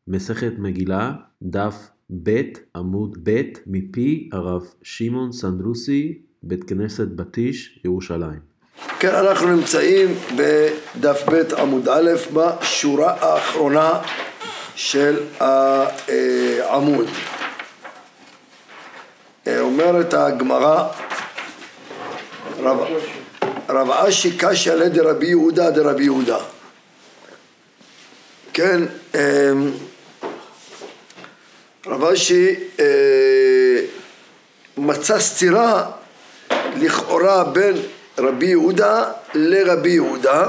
מסכת מגילה, דף ב' עמוד ב' מפי הרב שמעון סנדרוסי, בית כנסת בתיש, ירושלים. כן, אנחנו נמצאים בדף ב' עמוד א' בשורה האחרונה של העמוד. אומרת הגמרא, רב אשי קשיא לדרבי יהודה דרבי יהודה. כן, רב אשי מצא סתירה לכאורה בין רבי יהודה לרבי יהודה,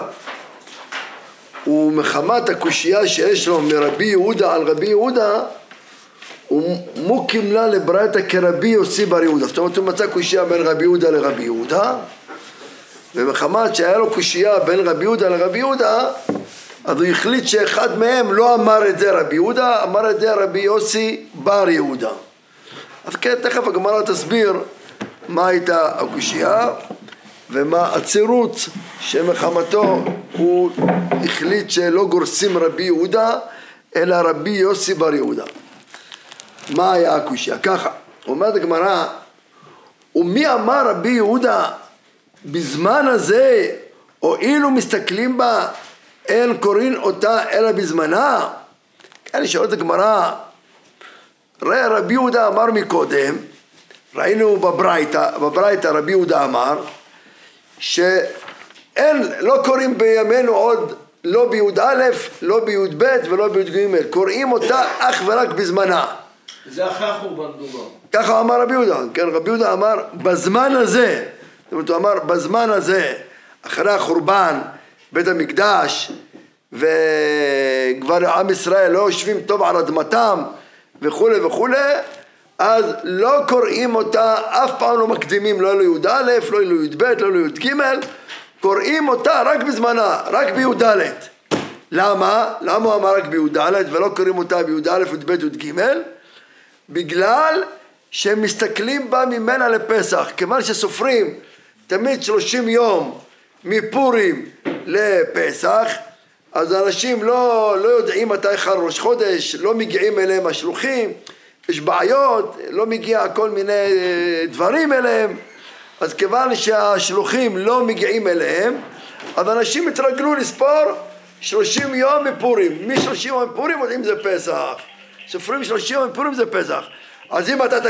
ומחמת הקושייה שיש לו מרבי יהודה על רבי יהודה הוא מוקים לה לברייתא כרבי יוסי בר יהודה. זאת אומרת הוא מצא קושייה בין רבי יהודה לרבי יהודה, ומחמת שהיה לו קושייה בין רבי יהודה לרבי יהודה, אז הוא החליט שאחד מהם לא אמר את זה רבי יהודה, אמר את זה רבי יוסי בר יהודה. אז כן, תכף הגמרא תסביר מה הייתה הקושייה ומה הצירוץ שמחמתו הוא החליט שלא גורסים רבי יהודה אלא רבי יוסי בר יהודה. מה היה הקושייה? ככה, אומרת הגמרא, ומי אמר רבי יהודה בזמן הזה הואילו מסתכלים בה אין קוראים אותה אלא בזמנה? אני שואל את הגמרא, רבי יהודה אמר מקודם, ראינו בברייתא רבי יהודה אמר שאין, לא קוראים בימינו עוד לא בי"א, לא בי"ב ולא בי"ג, קוראים אותה אך ורק בזמנה. זה אחרי החורבן דובר. ככה אמר רבי יהודה, כן, רבי יהודה אמר בזמן הזה, זאת אומרת הוא אמר בזמן הזה, אחרי החורבן, בית המקדש, וכבר עם ישראל לא יושבים טוב על אדמתם וכו' וכו', אז לא קוראים אותה, אף פעם לא מקדימים לא לי"א, לא לי"ב, לא לי"ג, קוראים אותה רק בזמנה, רק בי"ד. למה? למה הוא אמר רק בי"ד ולא קוראים אותה בי"א, י"ב, י"ג? בגלל שהם מסתכלים בה ממנה לפסח, כיוון שסופרים תמיד 30 יום מפורים לפסח, אז אנשים לא יודעים מתי חל ראש חודש, לא מגיעים אליהם השלוחים, יש בעיות, לא מגיע כל מיני דברים אליהם, אז כיוון שהשלוחים לא מגיעים אליהם, אז אנשים התרגלו לספור 30 יום מפורים, מ-30 יום מפורים יודעים זה פסח, סופרים 30 יום מפורים זה פסח. אז אם אתה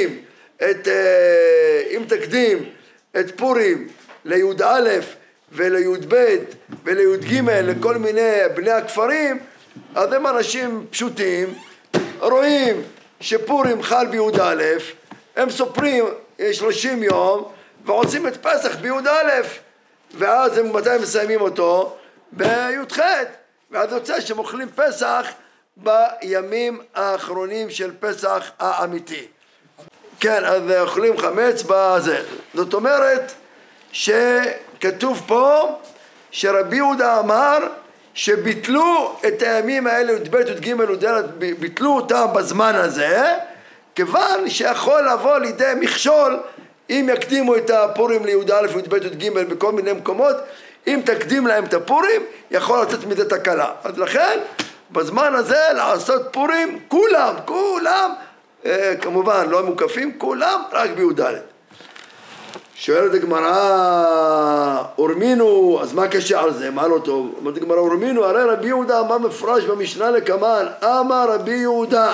תקדים את פורים לי"א ולי"ב ולי"ג לכל מיני בני הכפרים, אז הם אנשים פשוטים, רואים שפורים חל בי"א, הם סופרים 30 יום ועושים את פסח בי"א, ואז הם מתי מסיימים אותו? בי"ח, ואז יוצא שהם אוכלים פסח בימים האחרונים של פסח האמיתי. כן, אז אוכלים חמץ בזה. זאת אומרת שכתוב פה שרבי יהודה אמר שביטלו את הימים האלה, י"ב, י"ג, י"ד, ביטלו אותם בזמן הזה, כיוון שיכול לבוא לידי מכשול אם יקדימו את הפורים לי"א, י"ב, י"ג בכל מיני מקומות, אם תקדים להם את הפורים יכול לצאת מזה תקלה. אז לכן בזמן הזה לעשות פורים כולם כמובן לא מוקפים, כולם רק בי"ד. שואלת הגמרא, אורמינו, אז מה קשה על זה? מה לא טוב? אומרת הגמרא, אורמינו, הרי רבי יהודה אמר מפורש במשנה לקמן, אמר רבי יהודה,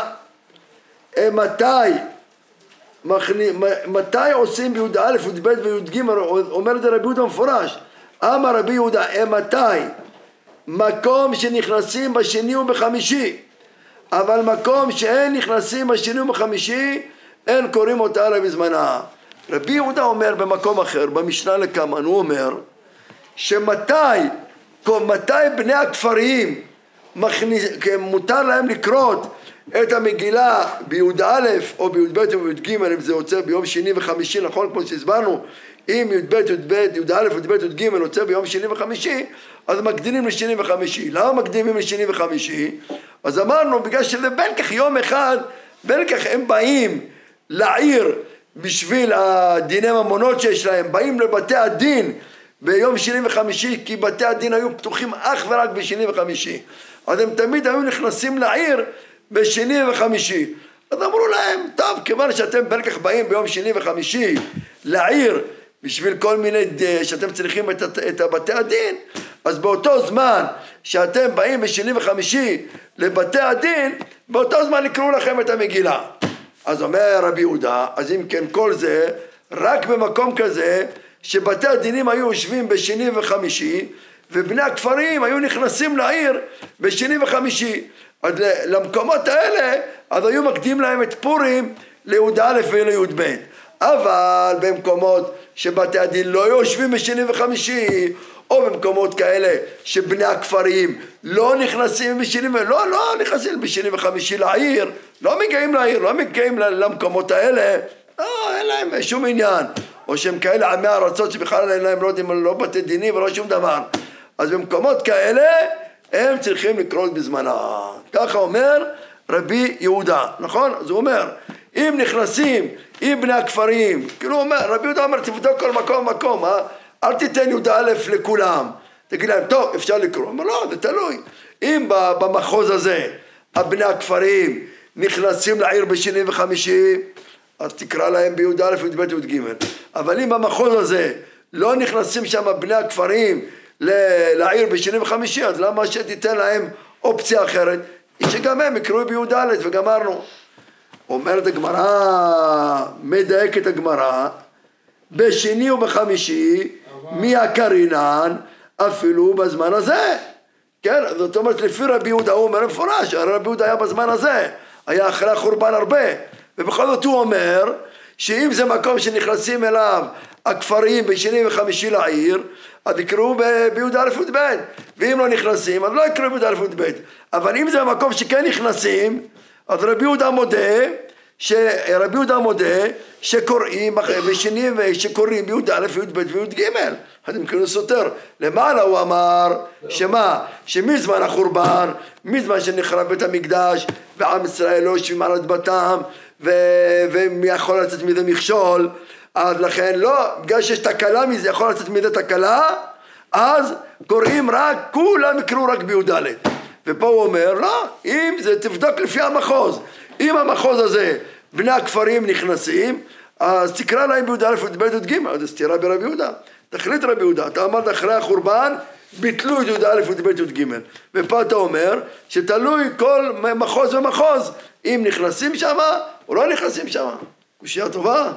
מתי עושים בי"א, י"ב וי"ג? אומר את זה רבי יהודה מפורש. אמר רבי יהודה, מתי? מקום שנכנסים בשני ובחמישי, אבל מקום שאין נכנסים בשני ובחמישי אין קוראים אותה אלא בזמנה. רבי יהודה אומר במקום אחר, במשנה לקמן, הוא אומר שמתי בני הכפרים מותר להם לקרות את המגילה בי"א או בי"ב או בי"ג, אם זה יוצא ביום שני וחמישי, נכון? כמו שהסברנו, אם י"ב, י"א, י"ב, י"ג יוצא ביום שני וחמישי, אז מקדימים לשני וחמישי. למה מקדימים לשני וחמישי? אז אמרנו, בגלל שזה בין כך יום אחד, בין כך הם באים לעיר בשביל הדיני ממונות שיש להם, באים לבתי הדין ביום שני וחמישי, כי בתי הדין היו פתוחים אך ורק בשני וחמישי. אז הם תמיד היו נכנסים לעיר בשני וחמישי. אז אמרו להם, טוב, כיוון שאתם בלכך באים ביום שני וחמישי לעיר, בשביל כל מיני, שאתם צריכים את בתי הדין, אז באותו זמן שאתם באים בשני וחמישי לבתי הדין, באותו זמן יקראו לכם את המגילה. אז אומר רבי יהודה, אז אם כן כל זה, רק במקום כזה, שבתי הדינים היו יושבים בשני וחמישי, ובני הכפרים היו נכנסים לעיר בשני וחמישי. אז למקומות האלה, אז היו מקדים להם את פורים לי"א ולי"ב. אבל במקומות שבתי הדין לא יושבים בשני וחמישי, או במקומות כאלה שבני הכפרים לא נכנסים בשני נכנסים בשני וחמישי לעיר, לא מגיעים לעיר, לא מגיעים למקומות האלה, אין להם שום עניין. או שהם כאלה עמי ארצות שבכלל אין להם לא בתי דינים ולא שום דבר. אז במקומות כאלה הם צריכים לקרות בזמנה. ככה אומר רבי יהודה, נכון? אז הוא אומר, אם נכנסים עם בני הכפרים, כאילו אומר, רבי יהודה אומר, תבדוק כל מקום, אל תיתן י"א לכולם. תגיד להם, טוב, אפשר לקרוא. הוא אומר, לא, זה תלוי. אם במחוז הזה, בני הכפרים נכנסים לעיר בשני וחמישי, אז תקרא להם בי"א, י"ב, י"ג. אבל אם במחוז הזה לא נכנסים שם בני הכפרים לעיר בשני וחמישי, אז למה שתיתן להם אופציה אחרת? שגם הם יקראו בי"א וגמרנו. אומרת הגמרא, מדייקת הגמרא, בשני ובחמישי, מי הקרינן, אפילו בזמן הזה. כן, זאת אומרת, לפי רבי יהודה הוא אומר מפורש, רבי יהודה היה בזמן הזה, היה אחרי החורבן הרבה, ובכל זאת הוא אומר, שאם זה מקום שנכנסים אליו הכפרים בשני וחמישי לעיר, אז יקראו בי"א י"ב, ואם לא נכנסים, אז לא יקראו בי"א י"ב. אבל אם זה המקום שכן נכנסים, אז רבי יהודה מודה שקוראים בשני ושקוראים בי"א י"ב וי"ג. אז אם כאילו סותר, למעלה הוא אמר שמה? שמזמן החורבן, מזמן שנחרב בית המקדש ועם ישראל לא יושבים על אדמתם והם יכול לצאת מזה מכשול, אז לכן לא, בגלל שיש תקלה מזה, יכול לצאת מזה תקלה, אז קוראים רק, כולם יקראו רק בי"ד. ופה הוא אומר, לא, אם זה תבדוק לפי המחוז, אם המחוז הזה בני הכפרים נכנסים, אז תקרא להם בי"א י"ב י"ג, אז תראה ברבי יהודה. תחליט רבי יהודה, אתה אמרת אחרי החורבן, ביטלו את י"א י"ב י"ג. ופה אתה אומר שתלוי כל מחוז ומחוז, אם נכנסים שם או לא נכנסים שם. קושיה טובה?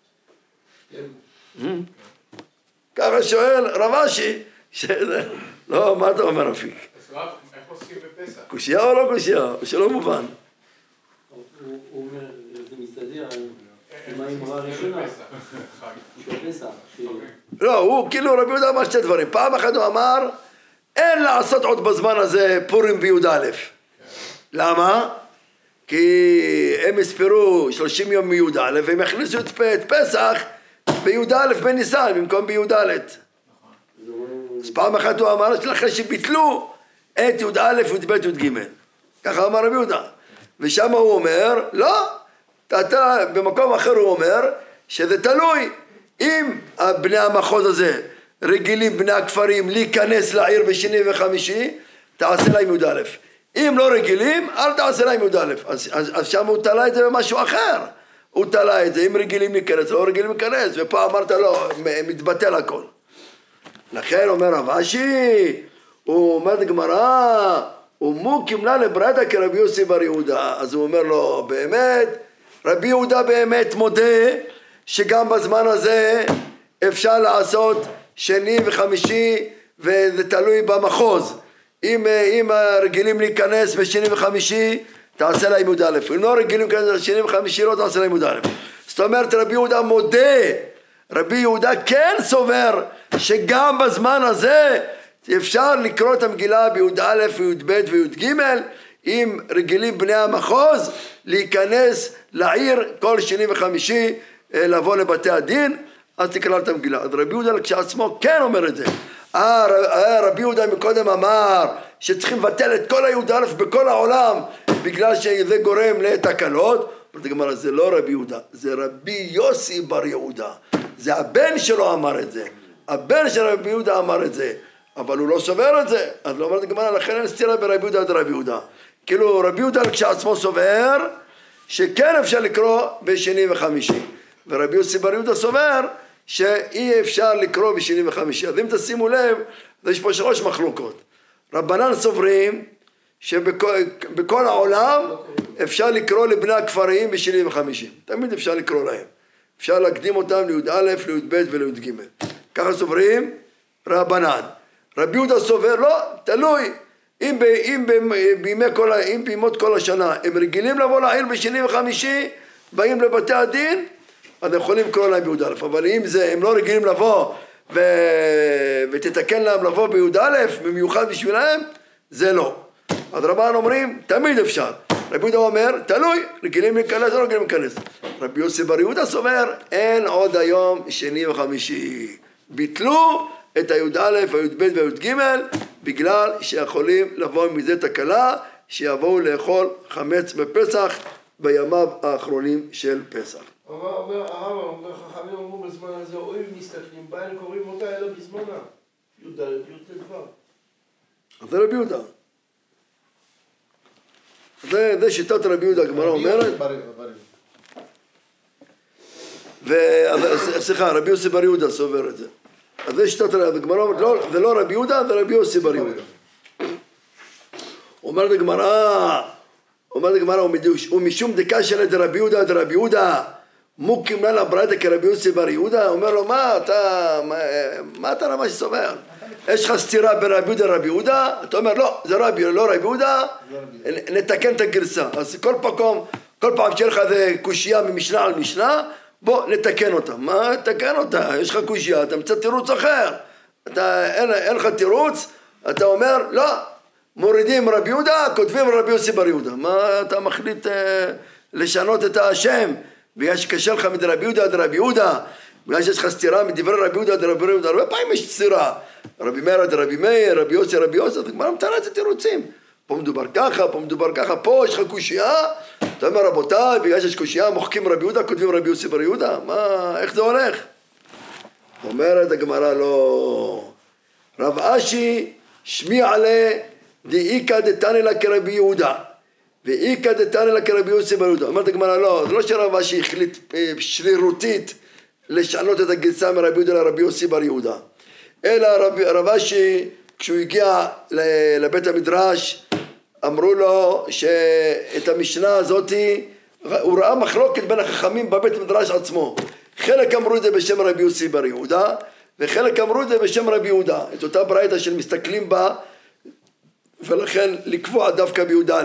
ככה שואל רב אשי, לא, מה אתה אומר אפיק? אז רב, איך עוסקים בפסח? קושיה או לא קושיה? או שלא מובן? הוא אומר, זה מסתדר עם האמרה הראשונה, שבפסח. לא, הוא כאילו רבי יהודה אמר שתי דברים. פעם אחת הוא אמר, אין לעשות עוד בזמן הזה פורים בי"א. למה? כי הם הספרו 30 יום מי"א והם הכניסו את פסח בי"א בניסן במקום בי"ד. אז פעם אחת הוא אמר אחרי שביטלו את י"א י"ב י"ג. ככה אמר רבי יהודה. ושם הוא אומר, לא, אתה במקום אחר הוא אומר שזה תלוי. אם בני המחוז הזה רגילים בני הכפרים להיכנס לעיר בשני וחמישי, תעשה להם י"א. אם לא רגילים, אל תעשה להם י"א. אז שם הוא תלה את זה במשהו אחר. הוא תלה את זה, אם רגילים להיכנס, לא רגילים להיכנס, ופה אמרת לא, מתבטל הכל. לכן אומר רב אשי, הוא אומר לגמרא, ומו קימלה לברייתא כרבי יוסי בר יהודה. אז הוא אומר לו, באמת, רבי יהודה באמת מודה שגם בזמן הזה אפשר לעשות שני וחמישי, וזה תלוי במחוז. אם רגילים להיכנס בשני וחמישי, תעשה להם י"א. אם לא רגילים להיכנס בשני וחמישי, לא תעשה להם י"א. זאת אומרת, רבי יהודה מודה, רבי יהודה כן סובר שגם בזמן הזה אפשר לקרוא את המגילה בי"א וי"ב וי"ג, אם רגילים בני המחוז להיכנס לעיר כל שני וחמישי, לבוא לבתי הדין, אז תקרא את המגילה. אז רבי יהודה כשעצמו כן אומר את זה. רבי יהודה מקודם אמר שצריכים לבטל את כל הי"א בכל העולם בגלל שזה גורם לתקלות. זה לא רבי יהודה, זה רבי יוסי בר יהודה, זה הבן שלו אמר את זה, הבן של רבי יהודה אמר את זה. אבל הוא לא סובר את זה. אז לא אומרת הגמרא, לכן אין סתירה ברבי יהודה עד רבי יהודה. כאילו רבי יהודה כשעצמו סובר שכן אפשר לקרוא בשני וחמישי, ורבי יוסי בר יהודה סובר שאי אפשר לקרוא בשני וחמישי. אז אם תשימו לב, יש פה 3 מחלוקות. רבנן סוברים שבכל העולם אפשר לקרוא לבני הכפרים בשני וחמישי, תמיד אפשר לקרוא להם, אפשר להקדים אותם לי"א, לי"ב ולי"ג, ככה סוברים רבנן. רבי יהודה סובר, לא, תלוי, אם בימות כל השנה הם רגילים לבוא לעיר בשני וחמישי, באים לבתי הדין, אז הם יכולים לקרוא להם בי"א, אבל אם הם לא רגילים לבוא ותתקן להם לבוא בי"א, במיוחד בשבילהם, זה לא. אז רבנן אומרים, תמיד אפשר. רבי יהודה אומר, תלוי, רגילים להיכנס או לא רגילים להיכנס. רבי יוסי בר יהודה סובר, אין עוד היום שני וחמישי. ביטלו את הי"א והי"ב והי"ג, בגלל שיכולים לבוא מזה תקלה, שיבואו לאכול חמץ בפסח בימיו האחרונים של פסח. הרב אומר, חכמים אמרו בזמן הזה, אוהב מסתכלים בהן, קוראים אותה אלא בזמנה. י"ד, י"ט. זה רבי יהודה. זה שיטת רבי יהודה, הגמרא אומרת. סליחה, רבי יוסי בר יהודה סובר את זה. אז זה שיטת הגמרא אומרת, זה לא רבי יהודה, זה רבי יוסי בר יהודה. אומרת הגמרא, ומשום דקה של דרבי יהודה דרבי יהודה, מוקים לה ברייתא כרבי יוסי בר יהודה, אומר לו, מה אתה ממש סובר? יש לך סתירה בין רבי יהודה לרבי יהודה? אתה אומר, לא, זה לא רבי יהודה, נתקן את הגרסה. אז כל פעם שיהיה לך איזה קושייה ממשנה על משנה, בוא נתקן אותה. מה נתקן אותה? יש לך קושייה, אתה מצא תירוץ אחר. אין לך תירוץ, אתה אומר, לא, מורידים רבי יהודה, כותבים רבי יוסי בר יהודה. מה אתה מחליט לשנות את השם? בגלל שקשה לך מדרבי יהודה עד רבי יהודה, בגלל שיש לך סתירה מדברי רבי יהודה עד רבי יהודה, הרבה פעמים יש סתירה. רבי מאיר עד רבי מאיר, רבי יוסי, אתה כבר מתאר את תירוצים. פה מדובר ככה, פה יש לך קושייה, אתה אומר רבותיי, בגלל שיש קושייה, מוחקים רבי יהודה, כותבים רבי יוסי בר יהודה, איך זה הולך? אומרת הגמרא, לא. רב אשי שמי עלי דאיקא דתנא לה כרבי יהודה, ואיקא דתנא לה כרבי יוסי בר יהודה. אומרת הגמרא, לא, זה לא שרב אשי החליט שרירותית לשנות את הגרסה מרבי יהודה לרבי יוסי בר יהודה, אלא רב אשי כשהוא הגיע לבית המדרש אמרו לו שאת המשנה הזאת הוא ראה מחלוקת בין החכמים בבית המדרש עצמו, חלק אמרו את זה בשם רבי יוסי בר יהודה וחלק אמרו את זה בשם רבי יהודה, את אותה ברייתא של מסתכלים בה, ולכן לקבוע דווקא בי"א.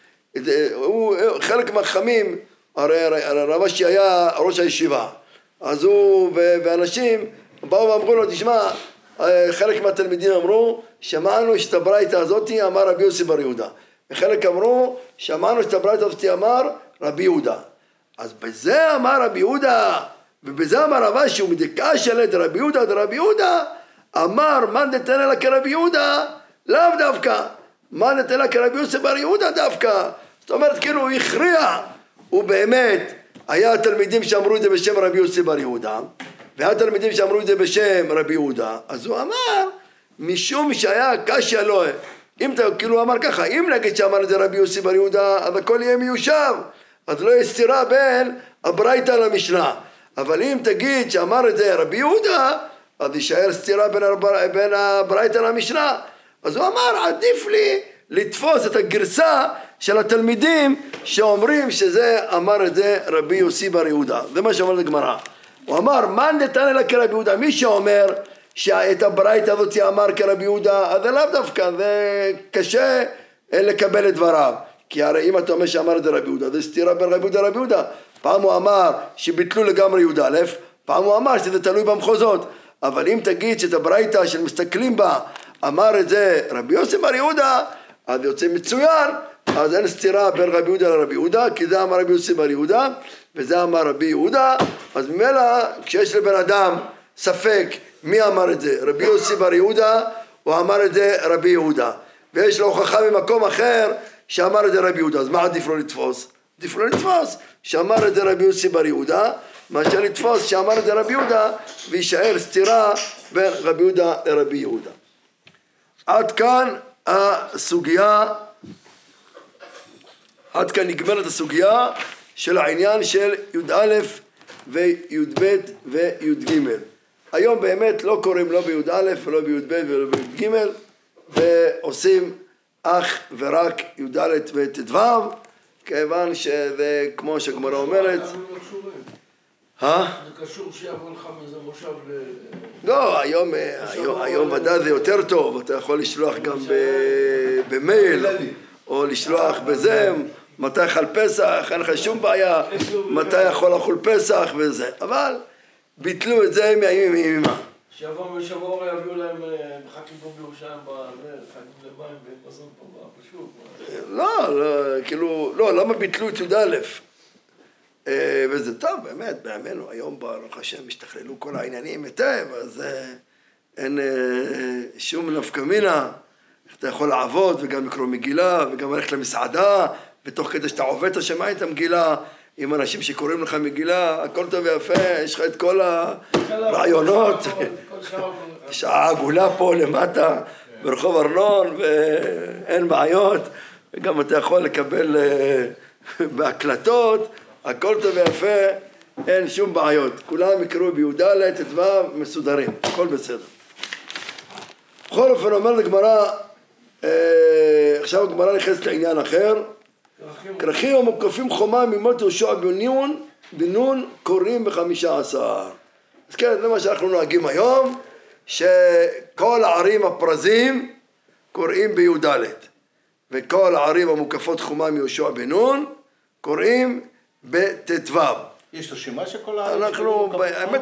חלק מהחכמים, הרי רב אשי היה ראש הישיבה, אז הוא ואנשים באו ואמרו לו, תשמע, חלק מהתלמידים אמרו, שמענו שאת הברייתא הזאת אמר רבי יוסי בר יהודה, וחלק אמרו, שמענו שאת הברייתא הזאת אמר רבי יהודה. אז בזה אמר רבי יהודה, ובזה אמר רב אשי, ומדקה שלט רבי יהודה דרבי יהודה, אמר מן דתנא לה כרבי יהודה, לאו דווקא, מן דתנא לה כרבי יוסי בר יהודה דווקא. זאת אומרת, כאילו הוא הכריע, הוא באמת, היה תלמידים שאמרו את זה בשם רבי יוסי בר יהודה, והיה תלמידים שאמרו את זה בשם רבי יהודה, אז הוא אמר, משום שהיה קשיא לו, אם אתה כאילו אמר ככה, אם נגיד שאמר את זה רבי יוסי בר יהודה, אז הכל יהיה מיושב, אז לא יש סתירה בין הברייתא למשנה. אבל אם תגיד שאמר את זה רבי יהודה, אז יישאר סתירה בין הברייתא למשנה. אז הוא אמר, עדיף לי לתפוס את הגרסה של התלמידים שאומרים שזה אמר את זה רבי יוסי בר יהודה. זה מה שאומר לגמרא. הוא אמר, מן דתנא לה כרבי יהודה, מי שאומר שאת הברייתא הזאת אמר כרבי יהודה, אז זה לאו דווקא, זה קשה לקבל את דבריו. כי הרי אם אתה אומר שאמר את זה רבי יהודה, זה סתירה בין רבי יהודה לרבי יהודה. פעם הוא אמר שביטלו לגמרי י"א, פעם הוא אמר שזה תלוי במחוזות. אבל אם תגיד שאת הברייתא של מסתכלים בה אמר את זה רבי יוסי בר יהודה, אז יוצא מצוין, אז אין סתירה בין רבי יהודה לרבי יהודה, כי זה אמר רבי יוסי בר יהודה וזה אמר רבי יהודה. אז ממילא כשיש לבן אדם ספק מי אמר את זה, רבי יוסי בר יהודה או אמר את זה רבי יהודה, ויש לו הוכחה ממקום אחר שאמר את זה רבי יהודה, אז מה עדיף לו לתפוס? עדיף לו לתפוס שאמר את זה רבי יוסי בר יהודה, מאשר לתפוס שאמר את זה רבי יהודה וישאר סתירה בין רבי יהודה לרבי יהודה. עד כאן הסוגיה, עד כאן נגמרת הסוגיה של העניין של י"א וי"ב וי"ג. היום באמת לא קוראים לא בי"א ולא בי"ב ולא בי"ג, ועושים אך ורק י"ד וט"ו, כיוון שזה כמו שהגמרא אומרת. זה קשור שיבוא לך מאיזה מושב לא, היום ודאי זה יותר טוב, אתה יכול לשלוח גם במייל, או לשלוח בזה, מתי חל פסח, אין לך שום בעיה, מתי יכול לחול פסח וזה, אבל ביטלו את זה מימה. שיבוא משבוע יביאו להם חכים פה בירושלים, חכים למים ומזון פה פשוט. לא, כאילו, לא, למה ביטלו את י"א? וזה טוב, באמת, בימינו, היום ברוך השם השתכללו כל העניינים היטב, אז אין שום נפקא מינה, אתה יכול לעבוד וגם לקרוא מגילה וגם ללכת למסעדה, ותוך כדי שאתה עובד השמיים את המגילה, עם אנשים שקוראים לך מגילה, הכל טוב ויפה, יש לך את כל הרעיונות, שעה עגולה פה למטה ברחוב ארנון ואין בעיות, וגם אתה יכול לקבל בהקלטות, הכל טוב ויפה, אין שום בעיות, כולם יקראו בי"ד, ט"ו, מסודרים, הכל בסדר. בכל אופן אומר לגמרא, עכשיו הגמרא נכנסת לעניין אחר, כרכים המוקפים חומה ממות יהושע בן נון קוראים ב15. אז כן, זה מה שאנחנו נוהגים היום, שכל הערים הפרזים קוראים בי"ד, וכל הערים המוקפות חומה מיהושע בן נון קוראים בט"ו. יש רשימה שכל הערים? אנחנו, האמת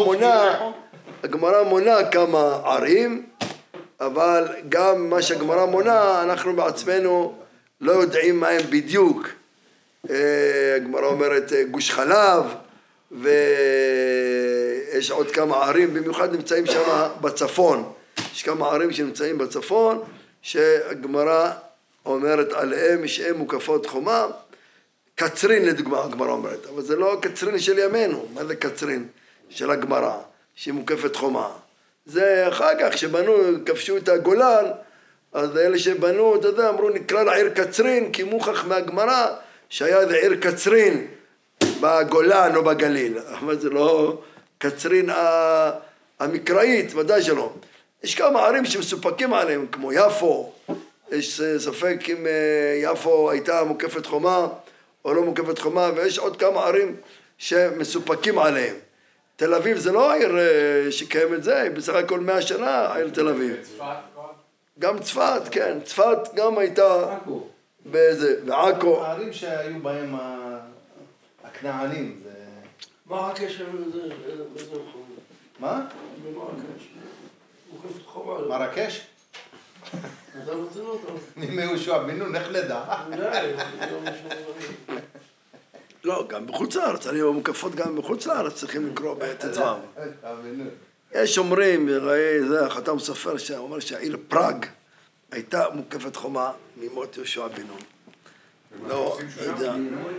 הגמרא מונה כמה ערים, אבל גם מה שהגמרא מונה, אנחנו בעצמנו לא יודעים מה הם בדיוק. הגמרא אומרת גוש חלב, ויש עוד כמה ערים, במיוחד נמצאים שם בצפון. יש כמה ערים שנמצאים בצפון, שהגמרא אומרת עליהם שהם מוקפות חומה. קצרין לדוגמה הגמרא אומרת, אבל זה לא קצרין של ימינו. מה זה קצרין של הגמרא, שהיא מוקפת חומה? זה אחר כך שבנו, כבשו את הגולן, אז אלה שבנו, אתה יודע, אמרו נקרא לעיר קצרין, כי מוכח מהגמרא שהיה איזה עיר קצרין בגולן או בגליל, אבל זה לא קצרין המקראית, ודאי שלא. יש כמה ערים שמסופקים עליהם, כמו יפו, יש ספק אם יפו הייתה מוקפת חומה או לא מוקפת חומה, ויש עוד כמה ערים שמסופקים עליהם. תל אביב זה לא העיר שקיימת זה, היא בסך הכל 100 שנה, העיר תל אביב. גם צפת, כן, צפת גם הייתה באיזה, ועכו. הערים שהיו בהם הכנענים, זה... מה הקשר לזה? מה? במרקש. מוקפת חומה. מרקש? אתה רוצה לא טוב. מיהושע בן נון, איך נדע? לא, גם בחוץ לארץ, אני מוקפות גם בחוץ לארץ, צריכים לקרוא בט"ו. יש אומרים, זה החתם סופר שאומר שהעיר פראג הייתה מוקפת חומה ממות יהושע בן נון. לא, יודע.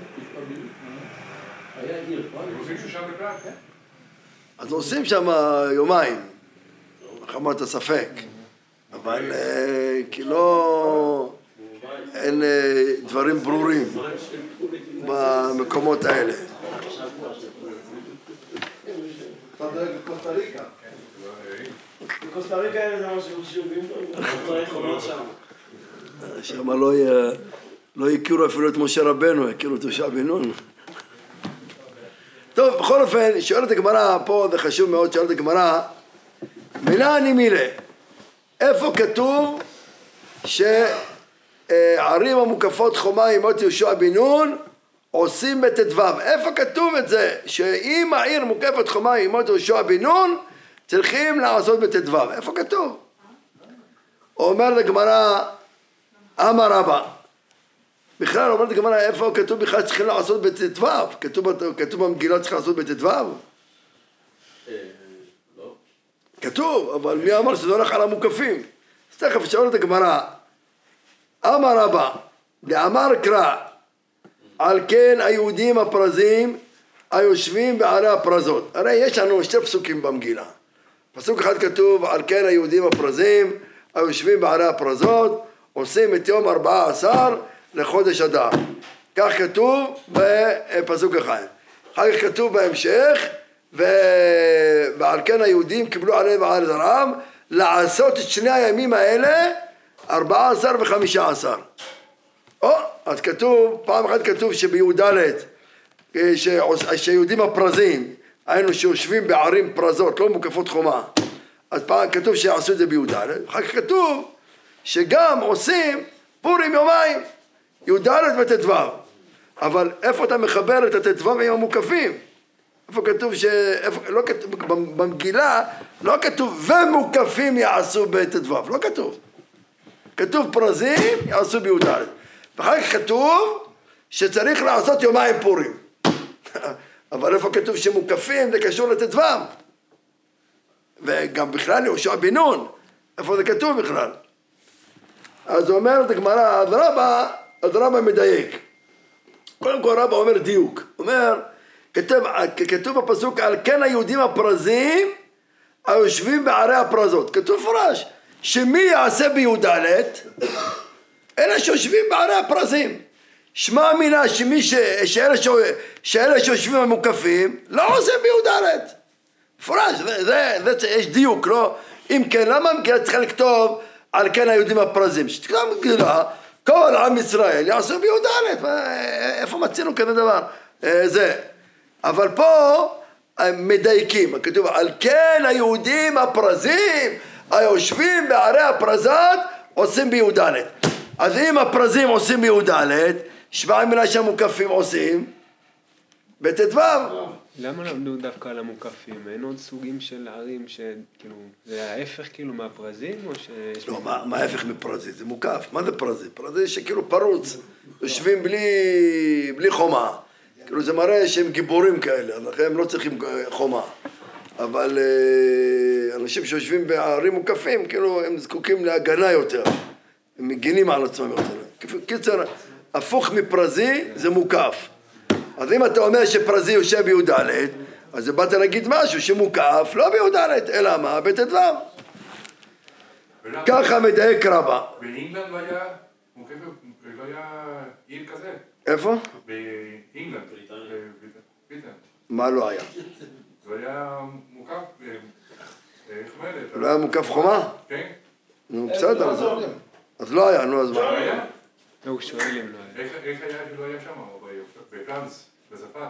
אז עושים שם יומיים, מחמת הספק, אבל כי לא, אין דברים ברורים במקומות האלה. אתה דואג לקוסטה ריקה? בקוסטה ריקה אין איזה משהו חשובים, שם לא יכירו אפילו את משה רבנו, יכירו את יהושע בן נון. טוב, בכל אופן, שואלת הגמרא, פה זה חשוב מאוד, שואלת הגמרא, מנעני מילה, איפה כתוב שערים המוקפות חומה עם מות יהושע בן נון עושים בט"ו? איפה כתוב את זה? שאם העיר מוקפת חומה עם מות יהושע בן נון צריכים לעשות בט"ו? איפה כתוב? אומר לגמרא, אמר רבא, בכלל אומרת הגמרא, איפה כתוב בכלל צריכים לעשות בט"ו? כתוב במגילה צריכים לעשות בט"ו? לא. כתוב, אבל מי אמר שזה הולך על המוקפים? אז תכף שואלת הגמרא, אמר רבא, דאמר קרא, על כן היהודים הפרזים היושבים בערי הפרזות. הרי יש לנו שתי פסוקים במגילה. פסוק אחד כתוב, על כן היהודים הפרזים היושבים בערי הפרזות, עושים את יום 14 לחודש אדר. כך כתוב בפסוק אחד. אחר כך כתוב בהמשך, ועל כן היהודים קיבלו עליהם ועל זרעם, לעשות את שני הימים האלה 14 ו-15. אז כתוב, פעם אחת כתוב שבי"ד, שיהודים הפרזים, היינו שיושבים בערים פרזות, לא מוקפות חומה, אז פעם כתוב שיעשו את זה בי"ד, אחר כך כתוב שגם עושים פורים יומיים, י"ד וט"ו. אבל איפה אתה מחבר את הט"ו עם המוקפים? איפה כתוב לא כתוב, במגילה לא כתוב ומוקפים יעשו בט"ו, לא כתוב. כתוב פרזים יעשו בי"ד. ואחר כך כתוב שצריך לעשות יומיים פורים. אבל איפה כתוב שמוקפים זה קשור לט"ו? וגם בכלל יהושע בן נון, איפה זה כתוב בכלל? אז אומרת הגמרא, אז רבא מדייק. קודם כל רבא אומר דיוק. אומר, כתוב בפסוק על כן היהודים הפרזים היושבים בערי הפרזות. כתוב פורש, שמי יעשה בי"ד? אלה שיושבים בערי הפרזים. שמע מינה שאלה שיושבים המוקפים לא עושים בי"ד. פורש, יש דיוק, לא? אם כן, למה המגילה צריכה לכתוב על כן היהודים הפרזים? שתכתוב המגילה, כל עם ישראל יעשו בי"ד. איפה מצינו כזה דבר? זה. אבל פה מדייקים, כתוב על כן היהודים הפרזים היושבים בערי הפרזות עושים בי"ד. אז אם הפרזים עושים בי"ד, שבע מינה שהמוקפים עושים בט"ו. למה למדו דווקא על המוקפים? אין עוד סוגים של ערים שכאילו, זה ההפך כאילו מהפרזים או שיש... לא, מה ההפך מפרזי? זה מוקף. מה זה פרזי? פרזי שכאילו פרוץ, יושבים בלי חומה. כאילו זה מראה שהם גיבורים כאלה, לכן הם לא צריכים חומה. אבל אנשים שיושבים בערים מוקפים, כאילו הם זקוקים להגנה יותר. הם מגינים על עצמם יותר. קיצר, הפוך מפרזי זה מוקף. אז אם אתה אומר שפרזי יושב בי"ד, אז באת להגיד משהו שמוקף, לא בי"ד, אלא מה? בט"ו. ככה מדייק רבא. באנגלנד לא היה מוקף, לא היה עיר כזה. איפה? באנגלנד. מה לא היה? זה היה מוקף, איך אומרת? לא היה מוקף חומה? כן. נו, בסדר. אז לא היה, נו, אז מה? לא, הוא שואל אם לא היה. איך היה שלא היה שם? בפרנס, בצרפת.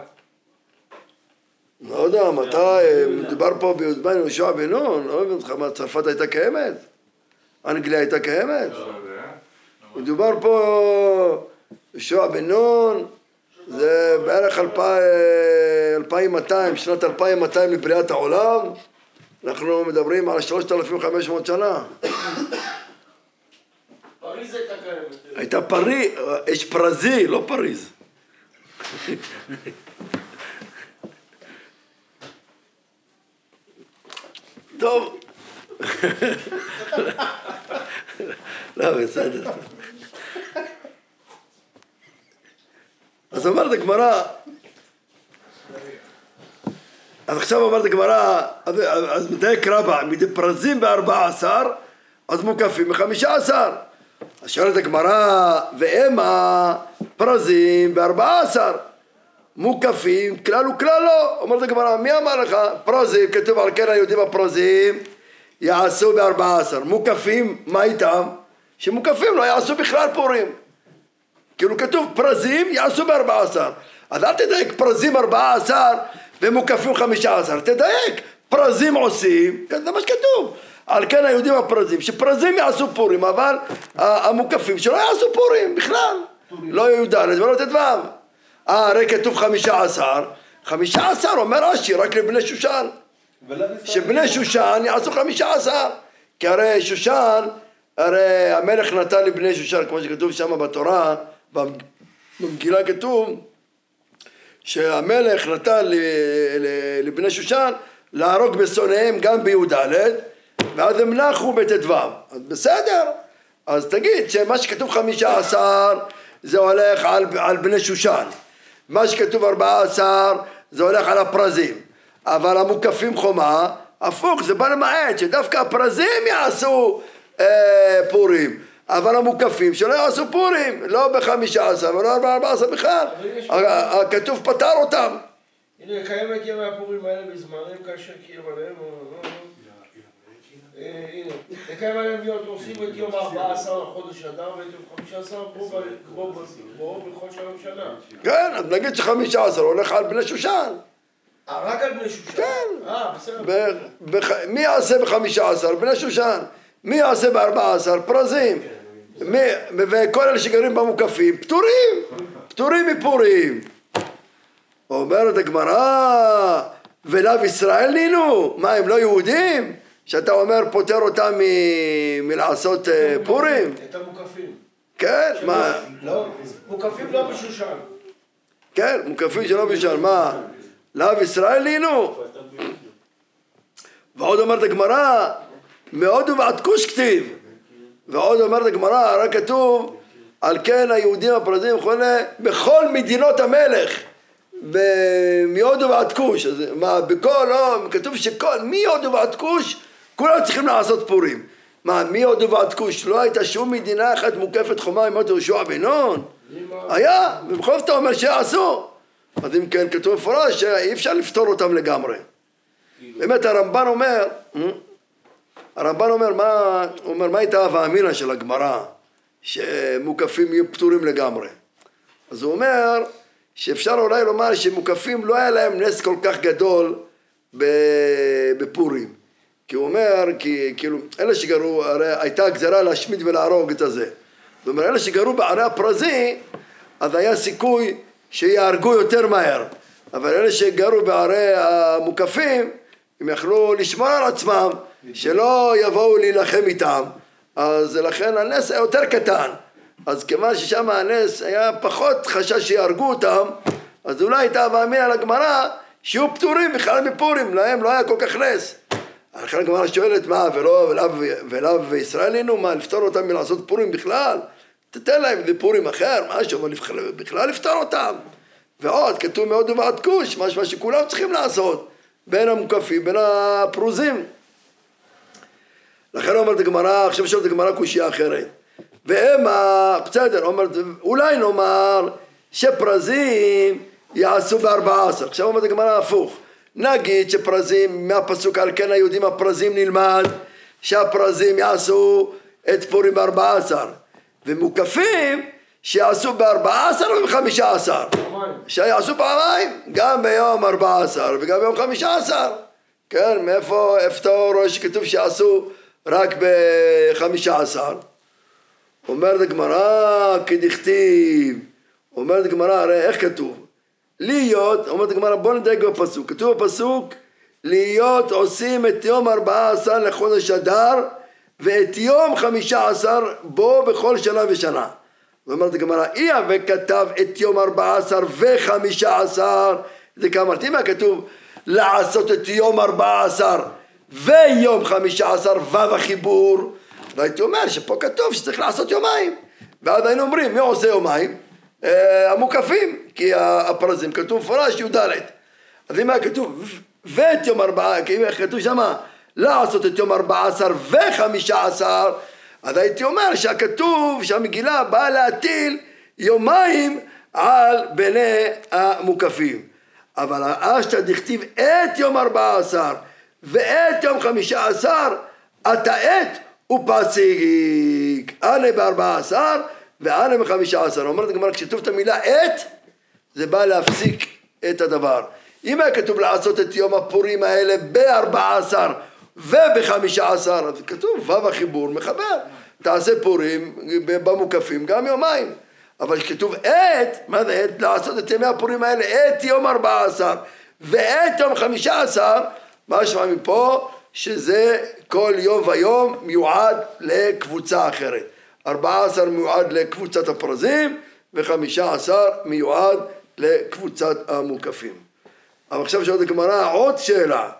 לא יודע, מתי מדובר פה ביוזמן יהושע בן נון, לא מבין אותך, מה, צרפת הייתה קיימת? אנגליה הייתה קיימת? מדובר פה יהושע בן נון, זה בערך 2200, שנת 2200 לבריאת העולם, אנחנו מדברים על 3500 שנה. פריז הייתה קיימת. הייתה פריז, יש פרזי, לא פריז. טוב. לא, בסדר. אז אמרת גמרא, אז עכשיו אמרת גמרא, אז מדייק רבא, פרזים ב14, אז מוקפים ב15. אז שואלת הגמרא, ואמה פרזים ב14, מוקפים כלל וכלל לא. אומרת הגמרא, מי אמר לך? פרזים, כתוב על כן היהודים הפרזים יעשו ב14, מוקפים, מה איתם? שמוקפים לא יעשו בכלל פורים. כאילו כתוב פרזים יעשו ב14, אז אל תדייק פרזים 14 ומוקפים 15, תדייק פרזים עושים, זה מה שכתוב על כן היהודים הפרזים, שפרזים יעשו פורים, אבל המוקפים שלא יעשו פורים בכלל, לא יהיו ד' ולא ט"ו. הרי כתוב 15 אומר רש"י רק לבני שושן, שבני שושן יעשו 15, כי הרי שושן, הרי המלך נתן לבני שושן, כמו שכתוב שם בתורה, במגילה כתוב שהמלך נתן לבני שושן להרוג בשונאיהם גם בי"ד, ואז הם נחו בט"ו. אז בסדר, אז תגיד שמה שכתוב 15 זה הולך על בני שושן, מה שכתוב 14 זה הולך על הפרזים, אבל המוקפים חומה הפוך, זה בא למעט שדווקא הפרזים יעשו פורים, אבל המוקפים שלא יעשו פורים, לא ב-15 ולא ב-14 בכלל, הכתוב פטר אותם. הנה, קיים את ימי הפורים האלה בזמנים כאשר קיים עליהם, הנה, לקיים עליהם להיות עושים את יום 14 לחודש אדר ואת יום 15 בו בכל שנה. כן, אז נגיד ש-15 הולך על בני שושן. רק על בני שושן? כן. בסדר. מי יעשה ב-15? בני שושן. מי יעשה ב-14? פרזים. וכל אלה שגרים במוקפים, פטורים מפורים. אומרת הגמרא, ולאו ישראל נינו? מה, הם לא יהודים? שאתה אומר פותר אותם מלעשות פורים? את המוקפים. כן, מה? מוקפים לא בשושן. כן, מוקפים שלא בשושן, מה? לאו ישראל נינו? ועוד אומרת הגמרא, מאוד ובעד כוש כתיב. ועוד אומרת הגמרא, רק כתוב, על כן היהודים הפרזים חולה בכל מדינות המלך. מיהודו ועד כוש, אז מה, בכל, לא, כתוב שכל, מיהודו ועד כוש, כולם צריכים לעשות פורים. מה, מיהודו ועד כוש, לא הייתה שום מדינה אחת מוקפת חומה עם עוד יהושע בן נון? היה, ובכל זאת אתה אומר שיעשו. אז אם כן, כתוב מפורש שאי אפשר לפתור אותם לגמרי. באמת הרמב"ן אומר, מה הייתה האמינא של הגמרא, שמוקפים יהיו פטורים לגמרי. אז הוא אומר, שאפשר אולי לומר שמוקפים לא היה להם נס כל כך גדול בפורים. כי הוא אומר, כאילו, אלה שגרו, הרי הייתה גזרה להשמיד ולהרוג את הזה. זאת אומרת, אלה שגרו בערי הפרזי, אז היה סיכוי שיהרגו יותר מהר. אבל אלה שגרו בערי המוקפים, הם יכלו לשמור על עצמם, שלא יבואו להילחם איתם. אז לכן הנס היה יותר קטן. אז כיוון ששם הנס היה פחות חשש שיהרגו אותם, אז אולי הייתה מאמין על הגמרא שיהיו פטורים בכלל מפורים, להם לא היה כל כך נס. לכן הגמרא שואלת, מה, ולאו וישראל נינו, מה, לפתור אותם מלעשות פורים בכלל? תתן להם פורים אחר, משהו, אבל בכלל לפתור אותם. ועוד, כתוב מאוד ובעד כוש, משהו שכולם צריכים לעשות, בין המוקפים, בין הפרוזים. לכן אומרת הגמרא, עכשיו שואלת הגמרא קושיה אחרת. ואמה, בסדר, אולי נאמר שפרזים יעשו ב-14. עכשיו אומרת הגמרא הפוך. נגיד שפרזים, מהפסוק על כן היהודים הפרזים נלמד, שהפרזים יעשו את פורים ב-14. ומוקפים שיעשו ב-14 וב-15. שיעשו פעמיים, גם ביום 14 וגם ביום 15. כן, מאיפה אתה רואה שכתוב שיעשו רק ב-15? אומרת הגמרא כדכתיב, אומרת הגמרא, הרי איך כתוב? להיות, אומרת הגמרא, בוא נדייק בפסוק, כתוב בפסוק, להיות עושים את יום 14 לחודש אדר, ואת יום 15 בו בכל שנה ושנה. אומרת הגמרא, וכתב את יום 14 ו-15, זה כאמרתי מה כתוב, לעשות את יום 14 ויום 15 והחיבור, והייתי אומר שפה כתוב שצריך לעשות יומיים, ואז היינו אומרים, מי עושה יומיים? המוקפים, כי הפרזים כתוב מפורש י"ד. אז אם היה כתוב ואת יום 14, כי אם היה כתוב שמה לעשות את יום 14 ו-15, אז הייתי אומר שהכתוב שהמגילה באה להטיל יומיים על בני המוקפים. אבל אשתא דכתיב את יום 14 ואת יום 15, אתה את ופסיק, אנה ב-14 ואנה ב-15. אומרת הגמרא, כשכתוב את המילה את, זה בא להפסיק את הדבר. אם היה כתוב לעשות את יום הפורים האלה ב-14 וב-15, אז כתוב וו החיבור מחבר, תעשה פורים במוקפים גם יומיים. אבל כשכתוב את, מה זה את? לעשות את ימי הפורים האלה, את יום 14 ואת יום 15, משמע מפה שזה כל יום ויום מיועד לקבוצה אחרת. 14 מיועד לקבוצת הפרזים, ו15 מיועד לקבוצת המוקפים. אבל עכשיו שואלת הגמרא עוד שאלה.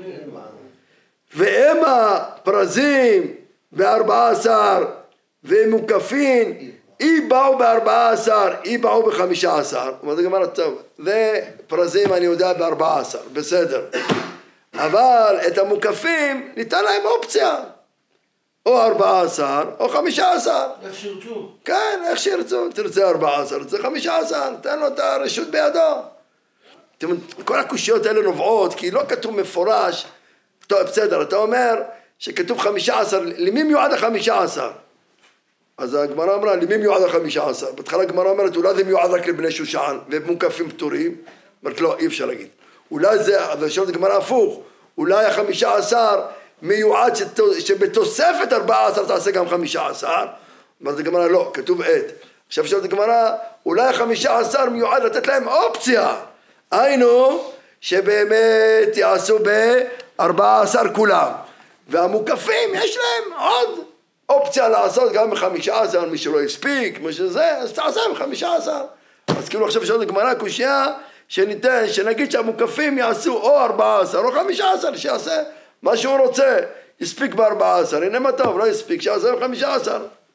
ואמה פרזים ב14 ומוקפים, אי באו ב14, אי באו ב15. אומרת הגמרא, טוב, זה פרזים אני יודע ב14, בסדר. אבל את המוקפים ניתן להם אופציה. או 14 או 15. איך שירצו. כן, איך שירצו, תרצה 14, תרצה 15, תן לו את הרשות בידו. כל הקושיות האלה נובעות, כי לא כתוב מפורש, טוב, בסדר, אתה אומר שכתוב 15, למי מיועד ה-15? אז הגמרא אמרה, למי מיועד ה-15? בהתחלה הגמרא אומרת, אולי זה מיועד רק לבני שושן, ומוקפים פטורים, אומרת, לא, אי אפשר להגיד. אולי זה, אז שואלת הגמרא הפוך, אולי ה-15 מיועד שבתוספת 14 תעשה גם 15, אומרת הגמרא, לא, כתוב עת. עכשיו שואלת הגמרא, אולי ה-15 מיועד לתת להם אופציה, היינו שבאמת יעשו ב-14 כולם, והמוקפים יש להם עוד אופציה לעשות גם ב-15, מי שלא הספיק, מי שזה, אז תעשה ב-15. אז כאילו עכשיו שואלת הגמרא קושיה, שנגיד שהמוקפים יעשו או 14 או 15, שיעשה מה שהוא רוצה, יספיק ב-14, הנה מה טוב, לא יספיק, שיעשה ב-15.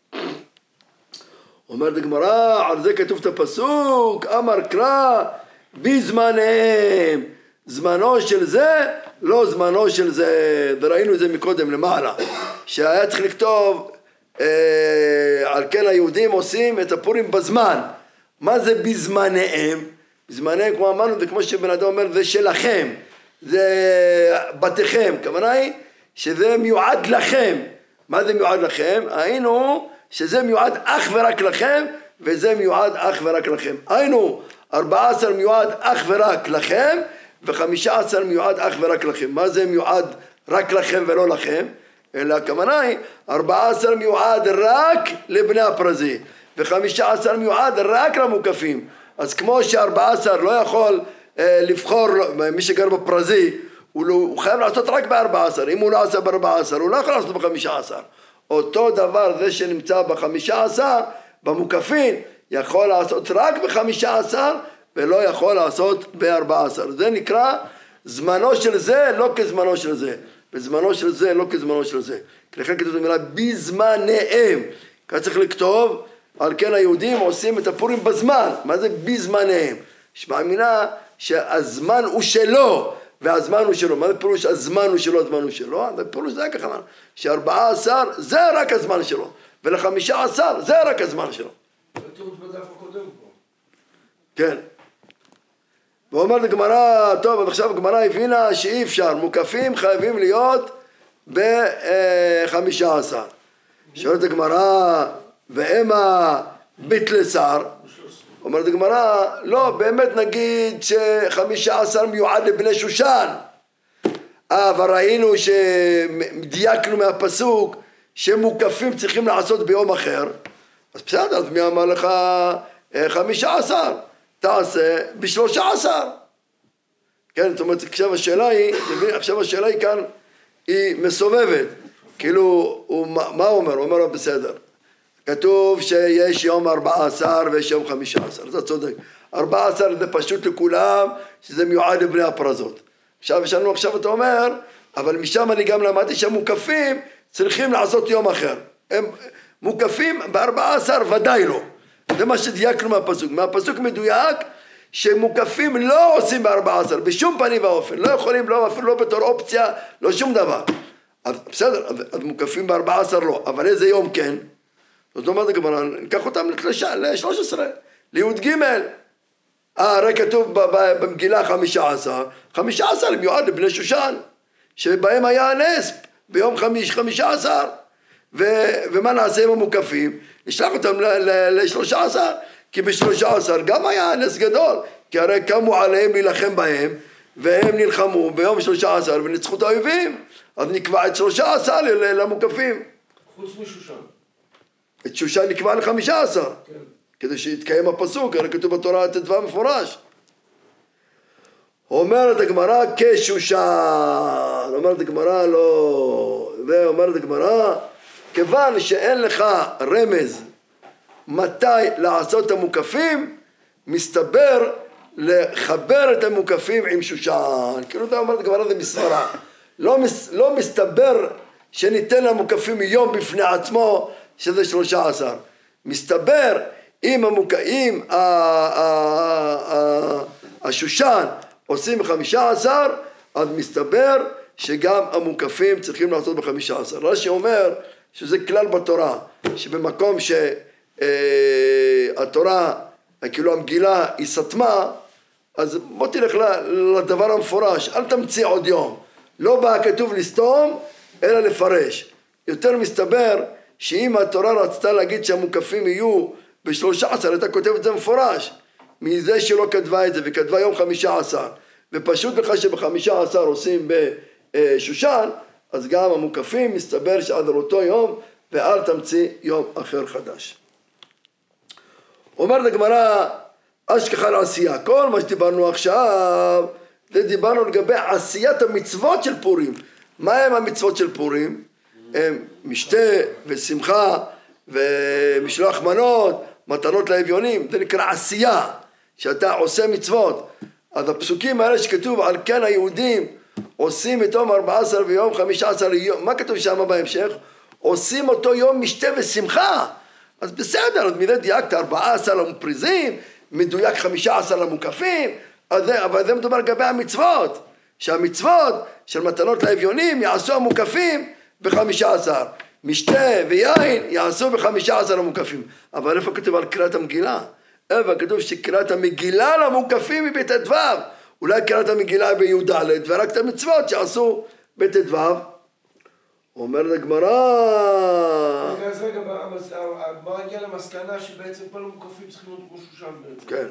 אומרת הגמרא, על זה כתוב את הפסוק, אמר קרא, בזמניהם, זמנו של זה, לא זמנו של זה, וראינו את זה מקודם למעלה, שהיה צריך לכתוב, על כן היהודים עושים את הפורים בזמן. מה זה בזמניהם? בזמניהם, כמו אמרנו, זה כמו שבן אדם אומר, זה שלכם, זה בתיכם, כוונה היא שזה מיועד לכם. מה זה מיועד לכם? היינו שזה מיועד אך ורק לכם, וזה מיועד אך ורק לכם. היינו 14 מיועד אך ורק לכם, ו15 מיועד אך ורק לכם. מה זה מיועד רק לכם ולא לכם? אלא הכוונה היא 14 מיועד רק לבני הפרזי, ו15 מיועד רק למוקפים. אז כמו ש14 לא יכול לבחור, מי שגר בפרזי, הוא חייב לעשות רק ב14, אם הוא לא עשה ב14, הוא לא יכול לעשות ב15. אותו דבר זה שנמצא ב15, במוקפים, יכול לעשות רק ב15, ולא יכול לעשות ב14. זה נקרא זמנו של זה לא כזמנו של זה, וזמנו של זה לא כזמנו של זה. לכן כתוב במילה בזמניהם, כאן צריך לכתוב, על כן היהודים עושים את הפורים בזמן. מה זה בזמניהם? שמאמינה שהזמן הוא שלו, והזמן הוא שלו. מה זה פירוש הזמן הוא שלו, הזמן הוא שלו? זה פירוש זה ככה, ש14 זה רק הזמן שלו, ול15 זה רק הזמן שלו. התירוץ בדף הקודם פה. כן. ואומר לגמרא, טוב, אז עכשיו הגמרא הבינה שאי אפשר, מוקפים חייבים להיות ב15. שואלת הגמרא, ואמה ביטלסר, אומרת הגמרא, לא, באמת נגיד ש15 מיועד לבני שושן, אבל ראינו שדייקנו מהפסוק שמוקפים צריכים לעשות ביום אחר, אז בסדר, אז מי אמר לך 15? תעשה ב13. כן, זאת אומרת, עכשיו השאלה היא כאן, היא מסובבת, כאילו, מה הוא אומר? הוא אומר, בסדר, כתוב שיש יום 14 ויש יום 15, אתה צודק, 14 זה פשוט לכולם, שזה מיועד לבני הפרזות. עכשיו אתה אומר, אבל משם אני גם למדתי שהמוקפים צריכים לעשות יום אחר. הם מוקפים ב14 ודאי לא. זה מה שדייקנו מהפסוק. מהפסוק מדויק שמוקפים לא עושים ב14, בשום פנים ואופן. לא יכולים, לא, אפילו לא בתור אופציה, לא שום דבר. אז בסדר, אז מוקפים ב14 לא. אבל איזה יום כן? זאת אומרת, ניקח אותם ל13, ליהוד ג'. הרי כתוב במגילה 15 מיועד לבני שושן, שבהם היה הנס ביום 15, ומה נעשה עם המוקפים? נשלח אותם ל13, כי ב13 גם היה הנס גדול, כי הרי קמו עליהם להילחם בהם, והם נלחמו ביום 13 וניצחו את האויבים, אז נקבע את 13 למוקפים. חוץ משושן. את שושן נקבע ל15, כן. כדי שיתקיים הפסוק, הרי כתוב בתורה ט"ו מפורש. אומרת הגמרא כשושן, אומרת הגמרא לא, ואומרת הגמרא, כיוון שאין לך רמז מתי לעשות את המוקפים, מסתבר לחבר את המוקפים עם שושן. כאילו אתה אומרת הגמרא זה מסברה. לא מסתבר שניתן למוקפים יום בפני עצמו, שזה 13. מסתבר אם השושן עושים 15, אז מסתבר שגם המוקפים צריכים לעשות ב15. רש"י אומר שזה כלל בתורה, שבמקום שהתורה, כאילו המגילה היא סתמה, אז בוא תלך לדבר המפורש, אל תמציא עוד יום. לא בא כתוב לסתום, אלא לפרש. יותר מסתבר שאם התורה רצתה להגיד שהמוקפים יהיו ב-13, הייתה כותבת את זה מפורש. מזה שלא כתבה את זה, וכתבה יום 15, ופשוט לך שב-15 עושים בשושן, אז גם המוקפים מסתבר שעד אותו יום, ואל תמציא יום אחר חדש. אומרת הגמרא, אשכחה לעשייה. כל מה שדיברנו עכשיו, זה דיברנו לגבי עשיית המצוות של פורים. מה הם המצוות של פורים? הם משתה ושמחה ומשלוח מנות, מתנות לאביונים, זה נקרא עשייה, שאתה עושה מצוות. אז הפסוקים האלה שכתוב על כן היהודים עושים את יום 14 ויום 15 ליום, מה כתוב שם בהמשך? עושים אותו יום משתה ושמחה. אז בסדר, אז מזה דייקת 14 למפריזים, מדויק 15 למוקפים, אבל זה מדובר לגבי המצוות, שהמצוות של מתנות לאביונים יעשו המוקפים ב-15, משתה ויין יעשו ב-15 למוקפים. אבל איפה כתוב על קריאת המגילה? איפה כתוב שקריאת המגילה למוקפים היא בט"ו? אולי קריאת המגילה בי"ד, ורק את המצוות שעשו בט"ו. אומרת הגמרא... אז רגע, הגמרא הגיעה למסקנה שבעצם כל המוקפים צריכים להיות כמו שושן בעצם. כן.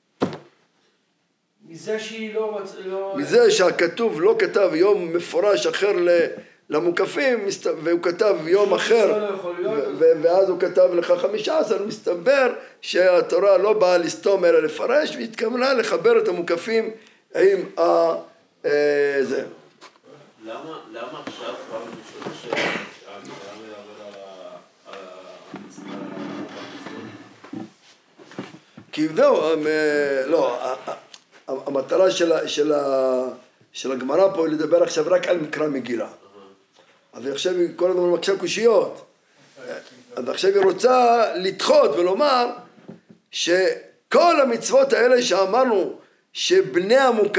מזה שהיא לא... מזה שהכתוב לא כתב יום מפורש אחר למוקפים, והוא כתב יום אחר, ואז הוא כתב לך 15, מסתבר שהתורה לא באה לסתום אלא לפרש, והתכוונה לחבר את המוקפים עם זה. למה עכשיו פעם ראשונה שהגמרא מדבר על כי זהו, לא, המטרה של הגמרא פה היא לדבר עכשיו רק על מקרא מגילה. אז עכשיו היא כל הזמן מקשה קושיות. אז עכשיו היא רוצה לדחות ולומר שכל המצוות האלה שאמרנו שבני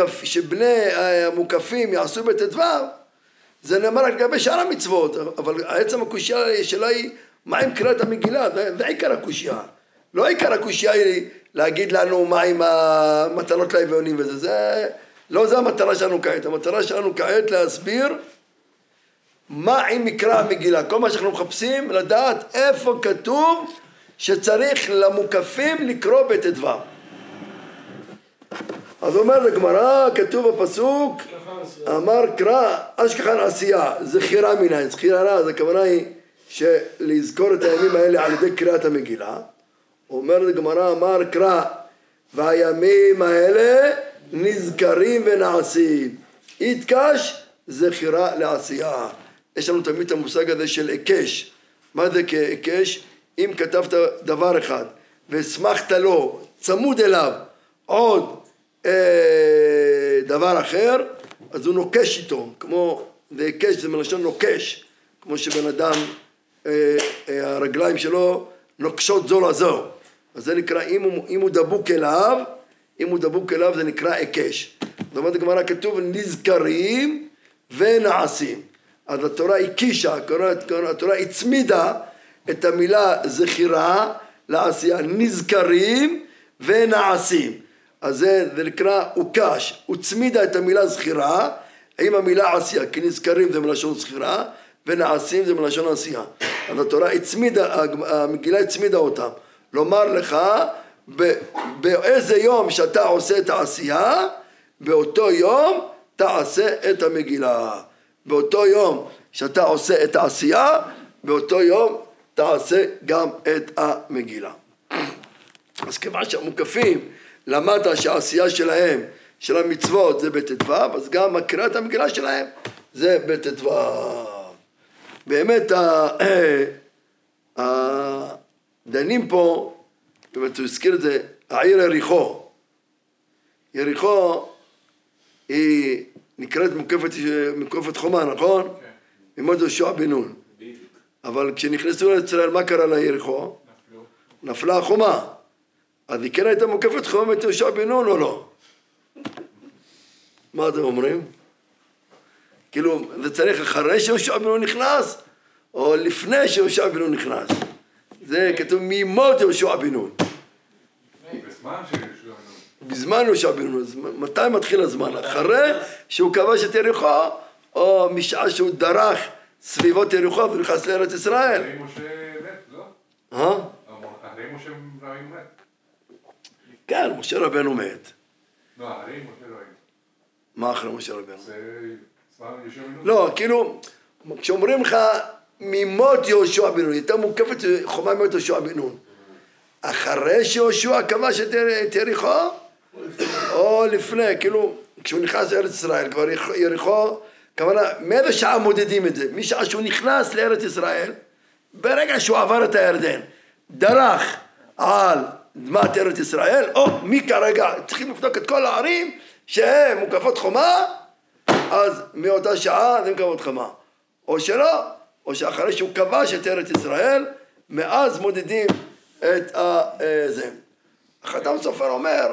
המוקפים יעשו בט"ו, זה נאמר רק לגבי שאר המצוות, אבל עצם הקושיה שלה היא מה עם קריאת המגילה, זה עיקר הקושיה. לא עיקר הקושיה היא להגיד לנו מה עם המתנות לאביונים וזה, לא זה המטרה שלנו כעת. המטרה שלנו כעת להסביר מה עם מקרא המגילה. כל מה שאנחנו מחפשים לדעת איפה כתוב שצריך למוקפים לקרוא בט"ו. אז אומר לגמרא, כתוב בפסוק, אמר קרא אשכחן עשייה, זכירה מיניים. זכירה, זה כוונה היא שלזכור את הימים האלה על ידי קריאת המגילה. אומר לגמרא, אמר קרא, והימים האלה נזכרים ונעשים. יתקש זכירה לעשייה. יש לנו תמיד את המושג הזה של עיקש. מה זה כעיקש? אם כתבת דבר אחד והסמכת לו, צמוד אליו עוד דבר אחר, אז הוא נוקש איתו, כמו זה עיקש, זה מלשון נוקש, כמו שבן אדם הרגליים שלו נוקשות זו לזו. אז זה נקרא, אם הוא דבוק אליו, זה נקרא עיקש. זאת אומרת, הגמרא כתוב נזכרים ונעשים. אז התורה הקישה, התורה הצמידה את המילה זכירה לעשייה, נזכרים ונעשים. אז זה נקרא הוקש, הוצמידה את המילה זכירה עם המילה עשייה, כי נזכרים זה מלשון זכירה ונעשים זה מלשון עשייה. אז התורה הצמידה, המגילה הצמידה אותם. לומר לך באיזה יום שאתה עושה את העשייה, באותו יום תעשה את המגילה. באותו יום שאתה עושה את העשייה, באותו יום תעשה גם את המגילה. אז כיוון שהמוקפים למדת שהעשייה שלהם, של המצוות זה בט"ו, אז גם קריאת המגילה שלהם זה בט"ו. באמת הדיינים פה, באמת הוא הזכיר את זה, העיר יריחו. יריחו היא נקראת מוקפת חומה, נכון? ממות יהושע בן נון. אבל כשנכנסו לישראל, מה קרה ליריחו? נפלה החומה. אז היא כן הייתה מוקפת חומה את יהושע בן נון או לא? מה אתם אומרים? כאילו, זה צריך אחרי שיהושע בן נון נכנס, או לפני שיהושע בן נון נכנס. זה כתוב מימות יהושע בן נון. בזמן של יהושע בן נון. בזמן יהושע בן נון. מתי מתחיל הזמן? אחרי שהוא כבש את יריחו, או משעה שהוא דרך סביבות יריחו ונכנס לארץ ישראל. אחרי משה מת, לא? אחרי משה רבינו מת. כן, משה רבנו מת. לא, אחרי משה רבינו. מה אחרי משה רבנו? זה זמן יהושע בן נון. לא, כאילו, כשאומרים לך ממות יהושע בן נון, הייתה מוקפת חומה ממות יהושע בן נון. אחרי שיהושע כבש את יריחו, או לפני, כאילו, כשהוא נכנס לארץ ישראל, כבר יריחו, כמובן, מאיזה שעה מודדים את זה? משעה שהוא נכנס לארץ ישראל, ברגע שהוא עבר את הירדן, דרך על דמת ארץ ישראל, או מכרגע, צריכים לבדוק את כל הערים שהן מוקפות חומה, אז מאותה שעה זה מוקפות חומה. או שלא, או שאחרי שהוא כבש את ארץ ישראל, מאז מודדים את זה. החתם סופר אומר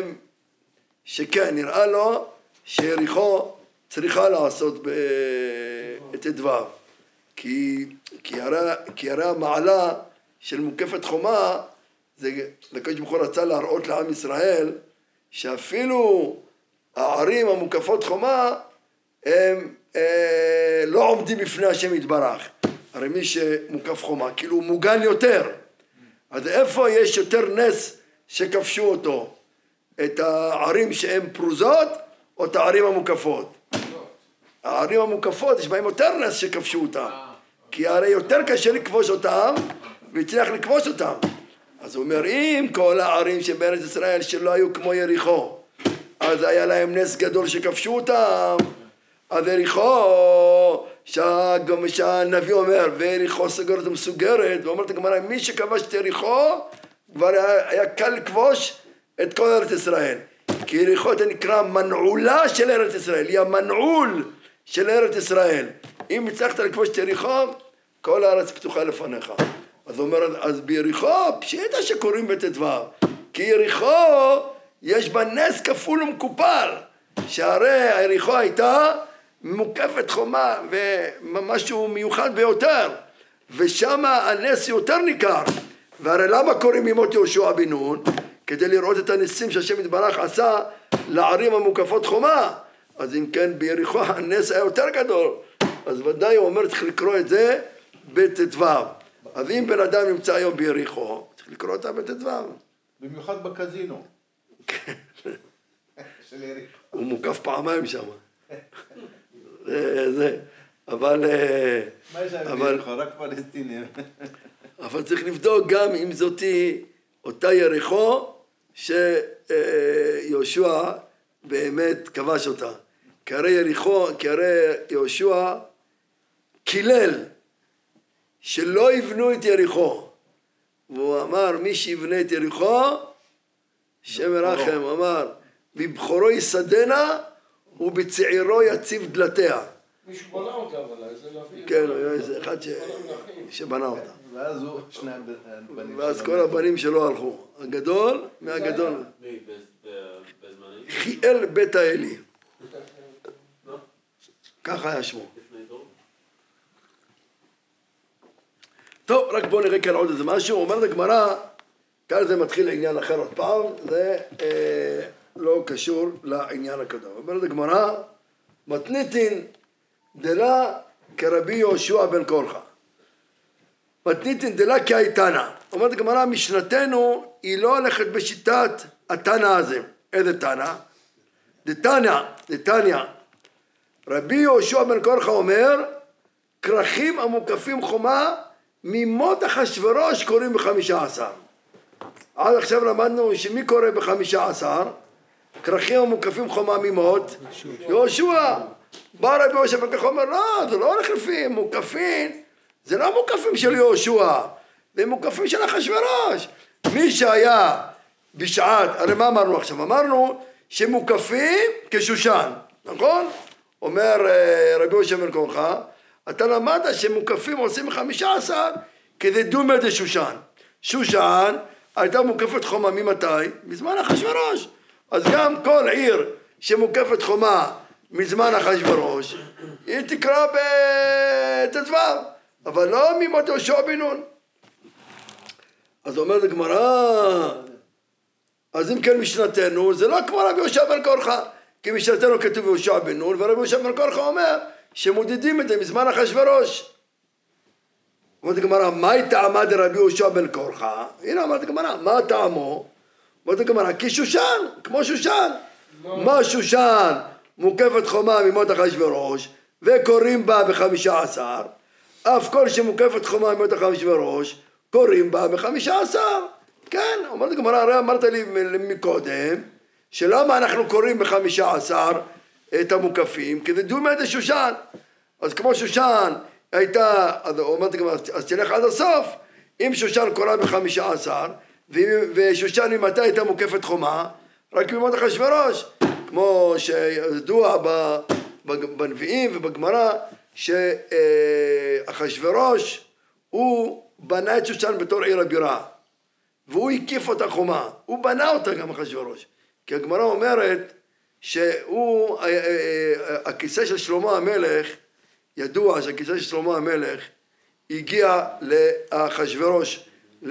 שכן, נראה לו שיריחו צריכה לעשות את הדבר. כי הרי המעלה של מוקפת חומה, זה לקדוש ברוך הוא רצה להראות לעם ישראל, שאפילו הערים המוקפות חומה, הם לא עומדים בפני השם יתברך. הרי מי שמוקף חומה, כאילו הוא מוגן יותר. אז איפה יש יותר נס שכבשו אותו? את הערים שהן פרוזות, או את הערים המוקפות? הערים המוקפות, יש בהם יותר נס שכבשו אותם. כי הרי יותר קשה לכבוש אותם, והצליח לכבוש אותם. אז הוא אומר, אם כל הערים שבארץ ישראל שלא היו כמו יריחו, אז היה להם נס גדול שכבשו אותם. אז יריחו, שהנביא אומר, ויריחו סגרת ומסוגרת, ואומרת הגמרא, מי שכבש את יריחו, כבר היה קל לכבוש את כל ארץ ישראל. כי יריחו זה נקרא מנעולה של ארץ ישראל, היא המנעול של ארץ ישראל. אם הצלחת לכבוש את יריחו, כל הארץ פתוחה לפניך. אז הוא אומר, אז ביריחו, פשיטה שקוראים בט"ו, כי יריחו יש בה נס כפול ומקופל, שהרי יריחו הייתה מוקפת חומה ומשהו מיוחד ביותר, ושם הנס יותר ניכר. והרי למה קוראים ימות יהושע בן נון? כדי לראות את הניסים שהשם יתברך עשה לערים המוקפות חומה. אז אם כן ביריחו הנס היה יותר גדול, אז ודאי הוא אומר צריך לקרוא את זה בט"ו. אז אם בן אדם נמצא היום ביריחו, צריך לקרוא אותה בט"ו. במיוחד בקזינו. של יריחו. הוא מוקף פעמיים שם. זה, אבל... מה יש להם ביריחו? רק פלסטינים. אבל צריך לבדוק גם אם זאתי אותה יריחו שיהושע באמת כבש אותה. כי הרי יהושע קילל שלא יבנו את יריחו. והוא אמר, מי שיבנה את יריחו, שם ירחם, הוא אמר, בבחורו יסדנה ובצעירו יציב דלתיה. מישהו בנה אותה, אבל איזה להביא. כן, היה איזה אחד שבנה אותה. ואז הוא, שני הבנים. ואז כל הבנים שלו הלכו. הגדול מהגדול. חיאל בית האלי. ככה היה שמו. טוב, רק בואו נראה כאן עוד איזה משהו. אומרת הגמרא, כאן זה מתחיל לעניין אחר עוד פעם, זה לא קשור לעניין הקודם. אומרת הגמרא, מתניתין דלה כרבי יהושע בן קורחה. מתניתין דלה כאיתנה. אומרת הגמרא, משנתנו היא לא הולכת בשיטת התנא הזה. איזה תנא? דתניא. רבי יהושע בן קורחה אומר, כרכים המוקפים חומה, ממות אחשוורוש קוראים ב15. עד עכשיו למדנו שמי קורא ב15? כרכים המוקפים חומה ממות? יהושע. בא רבי יהושע בן קורחה אומר, לא, זה לא הולך לפי מוקפים, זה לא מוקפים של יהושע, זה מוקפים של אחשוורוש. מי שהיה בשעת, הרי מה אמרנו עכשיו? אמרנו שמוקפים כשושן, נכון? אומר רבי יהושע בן קורחה, אתה למדת שמוקפים עושים 15 כדי דומה דשושן. שושן הייתה מוקפת חומה ממתי? מזמן אחשוורוש. אז גם כל עיר שמוקפת חומה מזמן אחשוורוש, היא תקרא בט"ו. אבל לא ממות יהושע בן נון. אז אומרת הגמרא, אז אם כן משנתנו, זה לא כמו רבי יהושע בן קורחה, כי משנתנו כתוב יהושע בן נון, ורבי יהושע בן קורחה אומר שמודדים את זה מזמן אחשוורוש. אומרת הגמרא, מה טעמה דרבי יהושע בן קורחה? הנה אומרת הגמרא, מה טעמו? אומרת הגמרא, כי שושן, כמו שושן. מה שושן מוקפת חומה ממות אחשוורוש, וקוראים בה ב15, אף כל שמוקפת חומה ממות אחשוורוש, קוראים בה ב15. כן, אומרת הגמרא, הרי אמרת לי מקודם, שלמה אנחנו קוראים ב15 את המוקפים? כדי דומא דשושן. אז כמו שושן הייתה, אומרת הגמרא, אז תלך עד הסוף, אם שושן קורא ב15, ושושן ממתי הייתה מוקפת חומה? רק ממות אחשוורוש. כמו שידוע בנביאים ובגמרא, שאחשוורוש הוא בנה את שושן בתור עיר הבירה. והוא הקיף אותה חומה, הוא בנה אותה גם אחשוורוש. כי הגמרא אומרת שהוא, הכיסא של שלמה המלך, ידוע שהכיסא של שלמה המלך הגיע לאחשוורוש,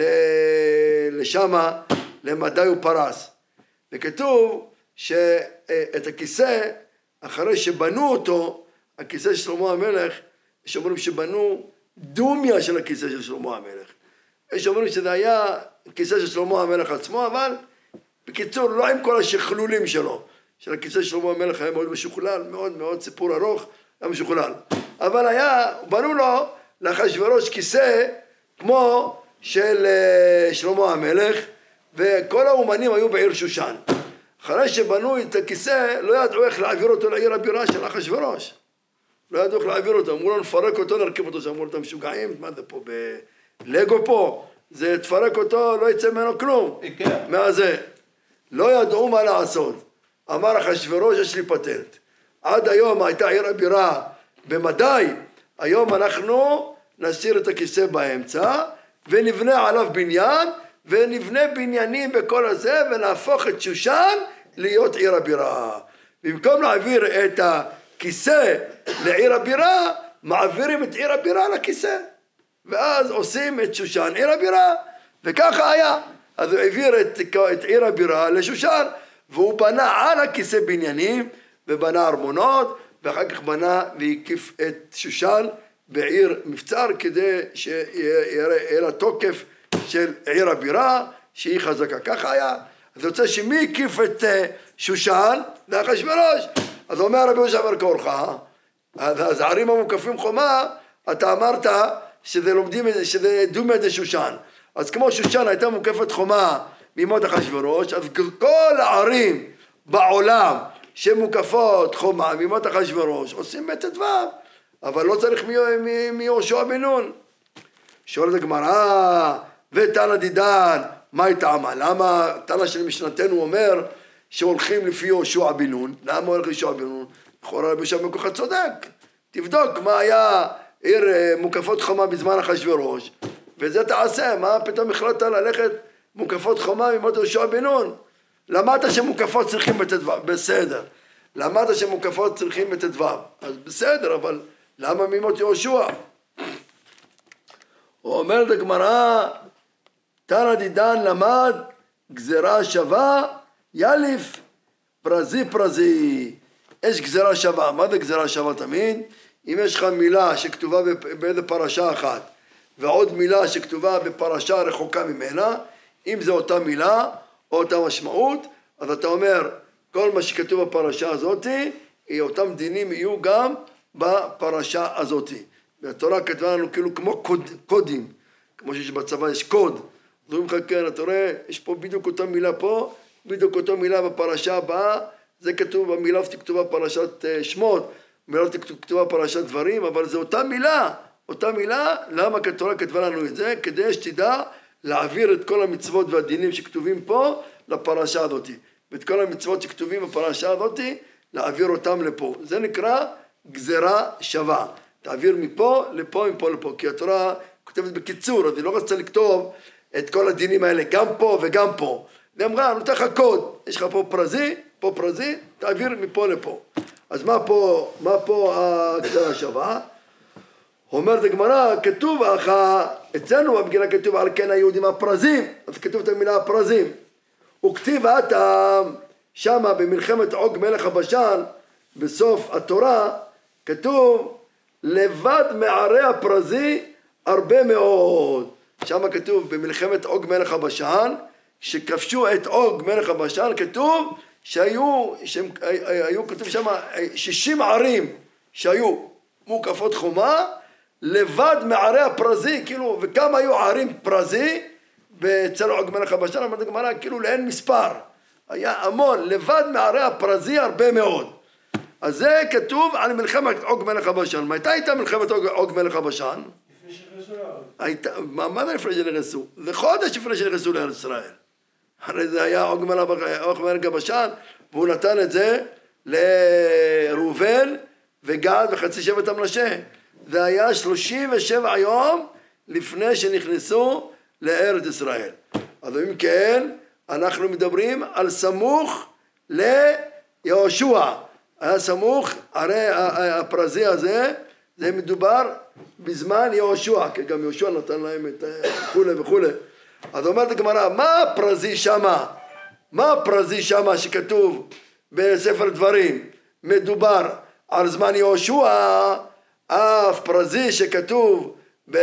לשמה, למדי ופרס. וכתוב שאת הכיסא, אחרי שבנו אותו, הכיסא של שלמה המלך, יש אומרים שבנו דומיה של הכיסא של שלמה המלך. יש אומרים שזה היה כיסא של שלמה המלך עצמו, אבל בקיצור לא עם כל השכלולים שלו. של הכיסא של שלמה המלך היה מאוד משוכלל, מאוד מאוד סיפור ארוך, היה משוכלל. אבל היה, בנו לו לאחשוורוש כיסא כמו של שלמה המלך, וכל האומנים היו בעיר שושן. אחרי שבנו את הכיסא, לא ידעו איך להעביר אותו לעיר הבירה של אחשוורוש. לא ידעו איך להעביר אותו, אמרו לו נפרק אותו, נרכיב אותו, שאמרו לו, אתם משוגעים, מה זה פה, בלגו פה, זה תפרק אותו, לא יצא ממנו כלום. מהזה. לא ידעו מה לעשות. אמר אחשוורוש, יש לי פטנט. עד היום הייתה עיר הבירה במדי, היום אנחנו נסיר את הכיסא באמצע, ונבנה עליו בניין, ונבנה בניינים בכל הזה, ונהפוך את שושן להיות עיר הבירה. במקום להעביר את הכיסא לעיר הבירה, מעבירים את עיר הבירה לכיסא. ואז עושים את שושן עיר הבירה, וככה היה. אז הוא העביר את עיר הבירה לשושן, והוא בנה על הכיסא בניינים, ובנה ארמונות, ואחר כך בנה והקיף את שושן בעיר מבצר, כדי שיהיה לה תוקף של עיר הבירה, שהיא חזקה. ככה היה. אז יוצא שמי הקיף את שושן? לאחשוורוש. אז אומר רבי יהושע בן קורחה, אז הערים המוקפים חומה, אתה אמרת שזה לומדים, שזה דומא דשושן. אז כמו שושן הייתה מוקפת חומה ממות אחשוורוש, אז כל הערים בעולם שמוקפות חומה ממות אחשוורוש עושים בט"ו, אבל לא צריך מיהושע בן נון. שואלת הגמרא, ותנא דידן, מה היא טעמה? למה תנא של משנתנו אומר שהולכים לפי יהושע בן נון? למה הולך יהושע בן נון? לכאורה רבי יהושע בן קורחה צודק. תבדוק מה היה עיר מוקפות חומה בזמן אחשוורוש, וזה תעשה. מה פתאום החלטת ללכת מוקפות חומה ממות יהושע בן נון? למדת שמוקפות צריכים בט"ו, בסדר. למדת שמוקפות צריכים בט"ו, אז בסדר, אבל למה ממות יהושע? הוא אומר לגמרא, תנא דידן למד גזרה שווה, יליף פרזי פרזי. יש גזרה שווה. מה זה גזרה שווה תמיד? אם יש לך מילה שכתובה באיזה פרשה אחת, ועוד מילה שכתובה בפרשה רחוקה ממנה, אם זה אותה מילה או אותה משמעות, אז אתה אומר, כל מה שכתוב בפרשה הזאת, אותם דינים יהיו גם בפרשה הזאת. והתורה כתבה לנו כאילו כמו קודים, כמו שיש בצבא, יש קוד. אז אומרים לך, כן, אתה רואה, יש פה בדיוק אותה מילה פה, בדיוק אותה מילה בפרשה הבאה, זה כתוב במילה כתובה פרשת שמות, מילה כתובה פרשת דברים, אבל זה אותה מילה, אותה מילה. למה התורה כתבה לנו את זה? כדי שתדע להעביר את כל המצוות והדינים שכתובים פה לפרשה הזאת. ואת כל המצוות שכתובים בפרשה הזאת, להעביר אותם לפה. זה נקרא גזרה שווה. תעביר מפה לפה, מפה לפה. כי התורה כותבת בקיצור, אז היא לא רצתה לכתוב את כל הדינים האלה, גם פה וגם פה. היא אמרה, נותן לך קוד, יש לך פה פרזי, תעביר מפה לפה. אז מה פה הגזרה שווה? אומרת הגמרא, כתוב אצלנו במגילה כתוב על כן היהודים הפרזים, אז כתוב את המילה הפרזים. וכתיב הטעם, שמה במלחמת עוג מלך הבשן, בסוף התורה, כתוב לבד מערי הפרזי הרבה מאוד. שמה כתוב במלחמת עוג מלך הבשן, שכבשו את עוג מלך הבשן, כתוב שהיו כתוב שמה 60 ערים שהיו מוקפות חומה, לבד מערי הפרזי, כאילו, וכמה היו ערים פרזי אצל עוג מלך הבשן, אמרת הגמרא, כאילו לאין מספר, היה המון, לבד מערי הפרזי הרבה מאוד. אז זה כתוב על מלחמת עוג מלך הבשן. מתי הייתה מלחמת עוג מלך הבשן? לפני שנכנסו לארץ. מה זה לפני שנכנסו? זה חודש לפני שנכנסו לארץ ישראל. הרי זה היה עוג מלך הבשן, והוא נתן את זה לראובן וגד וחצי שבט המנשה. זה היה 37 יום לפני שנכנסו לארץ ישראל. אז אם כן, אנחנו מדברים על סמוך ליהושע. היה סמוך, הרי הפרזי הזה, זה מדובר בזמן יהושע, כי גם יהושע נתן להם את וכו' וכו'. אז אומרת הגמרא, מה הפרזי שמה? מה הפרזי שמה שכתוב בספר דברים? מדובר על זמן יהושע, אף פרזי שכתוב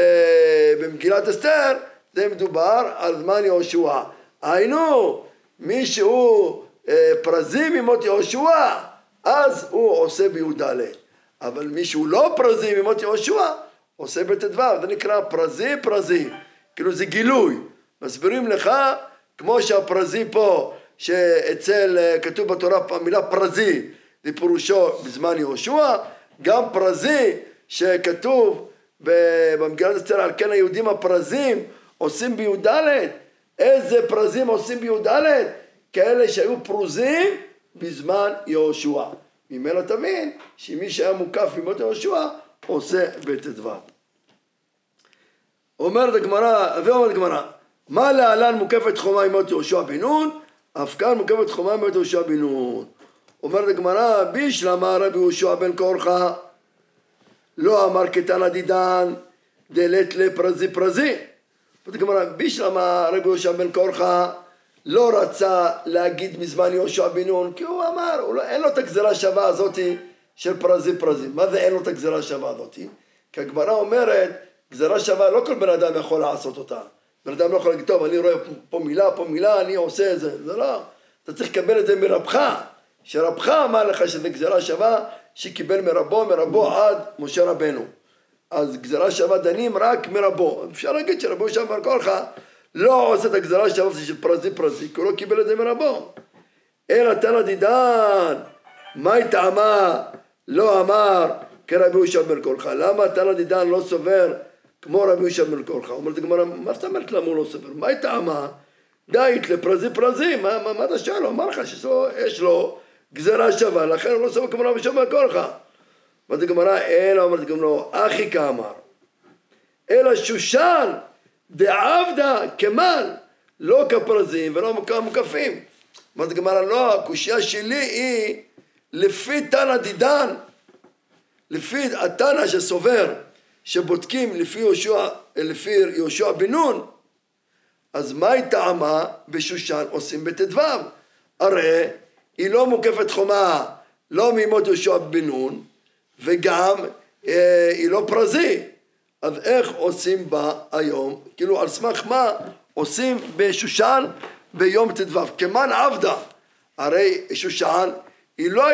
במגילת אסתר, זה מדובר על זמן יהושע. היינו, מי שהוא פרזי ממות יהושע, אז הוא עושה בי"ד. אבל מי שהוא לא פרזי ממות יהושע, עושה בט"ו. זה נקרא פרזי, כאילו זה גילוי. מסבירים לך, כמו שהפרזי פה, כתוב בתורה המילה פרזי, זה פירושו בזמן יהושע, גם פרזי שכתוב במגילת אסתר, על כן היהודים הפרזים עושים בי"ד. איזה פרזים עושים בי"ד? כאלה שהיו פרוזים בזמן יהושע. ממנו תבין שמי שהיה מוקף במות יהושע עושה בט"ו. אומרת הגמרא, מה להלן מוקפת חומה במות יהושע בן נון? אף כאן מוקפת חומה במות יהושע בן נון. אומרת הגמרא, בישלמה רבי יהושע בן קורחה, לא אמר כתנא דידן דלת לפרזי פרזי. אומרת הגמרא, בישלמה רבי יהושע בן קורחה לא רצה להגיד מזמן יהושע בן נון, כי הוא אמר, אין לו את הגזרה השווה הזאת של פרזי. מה זה אין לו את הגזרה השווה הזאת? כי הגמרא אומרת, גזרה שווה לא כל בן אדם יכול לעשות אותה. בן אדם לא יכול להגיד, טוב, אני רואה פה מילה, אני עושה את זה. זה לא, אתה צריך לקבל את זה מרבך, שרבך אמר לך שזה גזרה שווה, שקיבל מרבו עד משה רבנו. אז גזרה שווה דנים רק מרבו. אפשר להגיד שרבי יהושע בן קורחה לא עושה את הגזרה שווה של פרזי, כי הוא לא קיבל את זה מרבו. אלא תנא דידן, מה טעמה? לא אמר כרבי יהושע בן קורחה. למה תנא דידן לא סובר כמו רבי יהושע בן קורחה? אומרת הגמרא, מה זאת אומרת למה הוא לא סובר? מה טעמה? דאית לפרזי, מה אתה שואל? הוא אמר לך שיש לו גזרה שווה, לכן הוא לא סובר כמו רבי יהושע בן קורחה. אומרת הגמרא, אומרת הגמרא, אחי כאמר, אלא שושן דעבדה כמל, לא כפרזים ולא כמוקפים. אומרת הגמרא, לא, הקושיה שלי היא לפי תנא דידן, לפי התנא שסובר, שבודקים לפי יהושע בן נון, אז מה היא טעמה בשושן עושים בט"ו? הרי היא לא מוקפת חומה, לא ממות יהושע בן נון, וגם היא לא פרזי. אז איך עושים בה היום? כאילו על סמך מה עושים בשושן ביום ט"ו? כמן עבדה. הרי שושן היא לא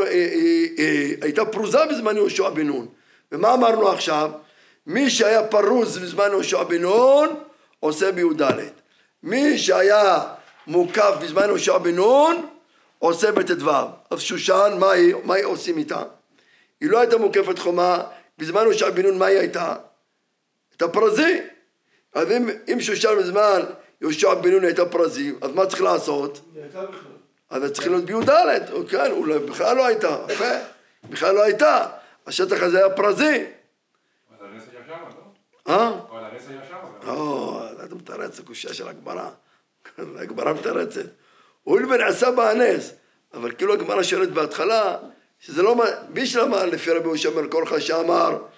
הייתה פרוזה בזמן יהושע בן נון. ומה אמרנו עכשיו? מי שהיה פרוז בזמן יהושע בן נון עושה בי"ד. מי שהיה מוקף בזמן יהושע בן נון עושה בט"ו. אז שושן, מה היא עושים איתה? היא לא הייתה מוקפת חומה, בזמן יהושע בן נון מה היא הייתה? הייתה פרזי. אז אם שושן בזמן יהושע בן נון הייתה פרזי, אז מה צריך לעשות? היא הייתה בכלל. אז צריך להיות בי"ד, כן, אולי בכלל לא הייתה, יפה, בכלל לא הייתה, השטח הזה היה פרזי. אבל הנס היה שם, לא? אבל הנס היה שם. אתה מתרץ, זה קושיה של הגמרא, הגמרא מתרצת. הואיל ונעשה בה הנס, אבל כאילו הגמרא שואלת בהתחלה, שזה לא, בישלמה לפי רבי יהושע בן קורחה שאמר,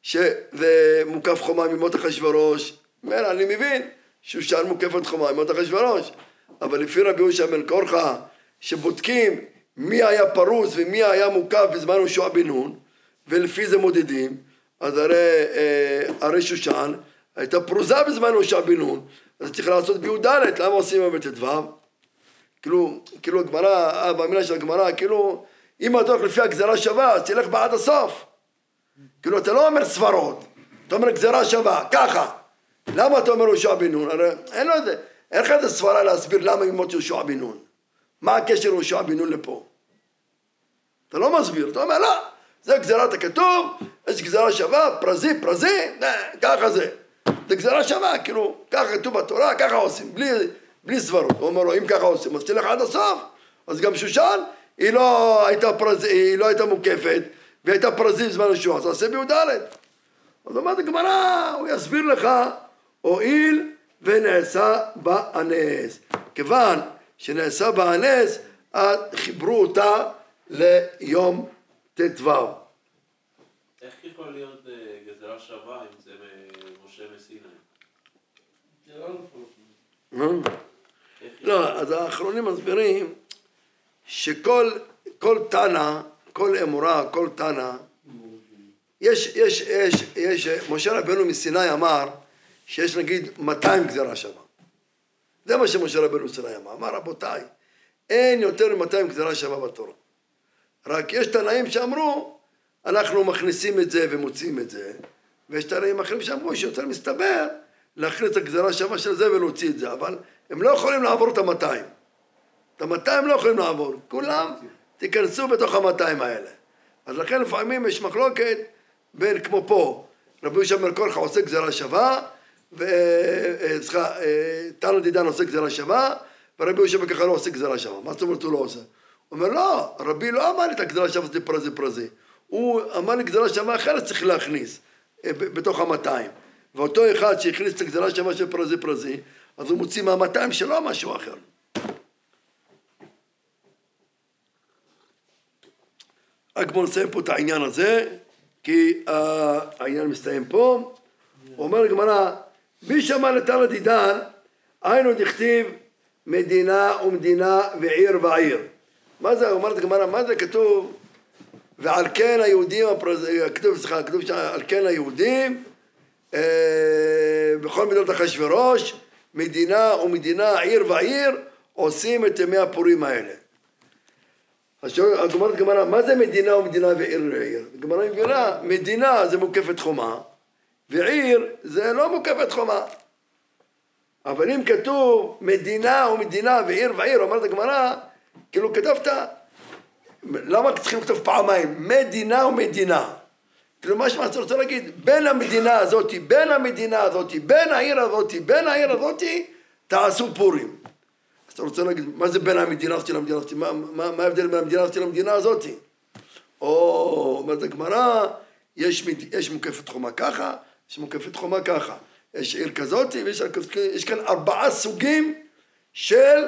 שזה מוקף חומה ממות אחשוורוש. אני מבין, שושן מוקפת חומה ממות אחשוורוש. אבל לפי רבי יהושע בן קורחה, שבודקים מי היה פרוס ומי היה מוקף בזמן יהושע בן נון, ולפי זה מודדים, אז הרי שושן הייתה פרוזה בזמן יהושע בן נון, אז צריך לעשות בי"ד, למה עושים בט"ו? כאילו הגמרא, במילה של הגמרא, כאילו, אם אתה הולך לפי הגזרה שווה, אז תלך בעד הסוף. כאילו, אתה לא אומר סברות, אתה אומר גזרה שווה, ככה. למה אתה אומר יהושע בן נון? הרי אין לו את זה. אין לך את הסברה להסביר למה ימות יהושע בן נון. מה הקשר יהושע בן נון לפה? אתה לא מסביר, אתה אומר, לא, זה גזרת הכתוב, יש גזרה שווה, פרזי, ככה זה. זה גזרה שווה, כאילו, ככה כתוב בתורה, ככה עושים, בלי סברות. הוא אומר לו, אם ככה עושים, אז תלך עד הסוף. אז גם שושן, היא לא הייתה מוקפת, והיא הייתה פרזי בזמן יהושע, אז תעשה בי"ד. אז אומרת הגמרא, הוא יסביר לך, הואיל ונעשה באנס. כיוון שנעשה באנס, אז חיברו אותה ליום ט"ו. איך יכול להיות גזרה שווה אם זה משה מסיני? לא, אז האחרונים מסבירים שכל תנא, כל אמורה, כל תנא, יש, משה רבנו מסיני אמר שיש נגיד 200 גזרה שווה. זה מה שמשה רבנו מסיני אמר רבותיי, אין יותר מ200 גזרה שווה בתורה. רק יש תנאים שאמרו, אנחנו מכניסים את זה ומוצאים את זה, ויש תנאים אחרים שאמרו שיותר מסתבר להכניס את הגזרה שווה של זה ולהוציא את זה, אבל הם לא יכולים לעבור את ה200. את ה200 לא יכולים לעבור, כולם תיכנסו בתוך ה200 האלה. אז לכן לפעמים יש מחלוקת בין כמו פה, רבי יהושע בן קורחה עושה גזרה שווה, תנא דידן עושה גזרה שווה, ורבי יהושע בן קורחה לא עושה גזרה שווה. מה זאת אומרת הוא לא עושה? הוא אומר לא, רבי לא אמר לי את הגזרה שווה זה פרזי. הוא אמר לי גזרה שווה אחרת צריך להכניס בתוך ה200. ואותו אחד שהכניס את הגזרה שווה של פרזי, אז הוא מוציא מה200 שלא משהו אחר. רק בואו נסיים פה את העניין הזה, כי העניין מסתיים פה. הוא אומר לגמרא, מי שמע לתנא דידן, היינו דכתיב מדינה ומדינה ועיר ועיר. מה זה? אומרת הגמרא, מה זה כתוב? ועל כן היהודים, כתוב שעל כן היהודים, בכל מדינות אחשוורוש, מדינה ומדינה, עיר ועיר, עושים את ימי הפורים האלה. הגמרא גמרא, מה זה מדינה ומדינה ועיר ועיר? הגמרא מבינה, מדינה זה מוקפת חומה, ועיר זה לא מוקפת חומה. אבל אם כתוב מדינה ומדינה ועיר ועיר, אומרת הגמרא, כאילו כתבת, למה צריכים לכתוב פעמיים? מדינה ומדינה. כאילו מה שאתה רוצה להגיד, בין המדינה הזאת, בין העיר הזאת, בין העיר הזאת, תעשו פורים. אז אתה רוצה להגיד, מה זה בין המדינה הזאת למדינה הזאת? מה ההבדל בין המדינה הזאת למדינה הזאת? אומרת הגמרא, יש מוקפת חומה ככה, יש מוקפת חומה ככה. יש עיר כזאת, ויש כאן 4 סוגים של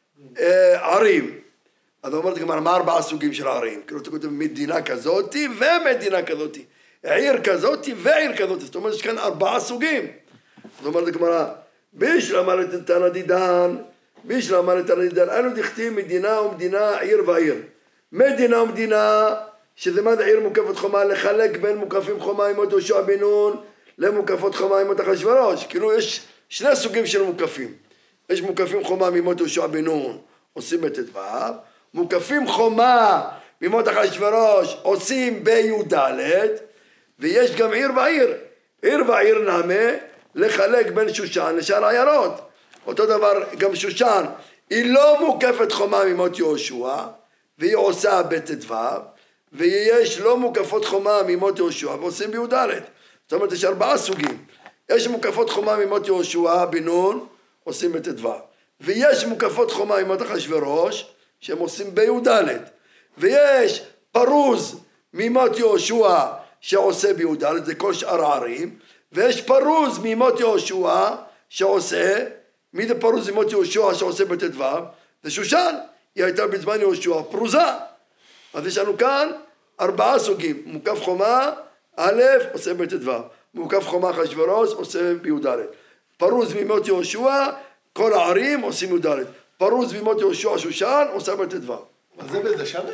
ערים. אז אומרת הגמרא, מה 4 סוגים של ערים? כאילו אתה כותב מדינה כזאת ומדינה כזאת. עיר כזאת ועיר כזאת. זאת אומרת, יש כאן 4 סוגים. אז אומרת הגמרא, בישלמה לתנא דידן, אנו דכתיב מדינה ומדינה, עיר ועיר. מדינה ומדינה, שזה מה זה עיר מוקפת חומה, לחלק בין מוקפים חומה ימות יהושע בן נון, למוקפות חומה ימות אחשוורוש. כאילו יש 2 סוגים של מוקפים. יש מוקפים חומה מימות יהושע בן נון, עושים בט"ו, מוקפים חומה מימות אחשוורוש, עושים בי"ד, ויש גם עיר ועיר. עיר ועיר נמה, לחלק בין שושן לשאר העיירות. אותו דבר גם שושן, היא לא מוקפת חומה מימות יהושע, והיא עושה בט"ו, ויש לא מוקפות חומה מימות יהושע, ועושים בי"ד. זאת אומרת, יש 4 סוגים. יש מוקפות חומה מימות יהושע בן נון, עושים בט"ו. ויש מוקפות חומה מימות אחשוורוש, שהם עושים בי"ד. ויש פרוז מימות יהושע, שעושה בי"ד, זה כל שאר הערים. ויש פרוז מימות יהושע, שעושה, מי זה פרוז מימות יהושע שעושה בט"ו? זה שושן, היא הייתה בזמן יהושע פרוזה. אז יש לנו כאן 4 סוגים, מוקף חומה, א' עושה בט"ו, מוקף חומה אחשוורוש עושה בי"ד, פרוז בימות יהושע, כל הערים עושים י"ד, פרוז בימות יהושע שושן עושה בט"ו. אז זה וזה שווה?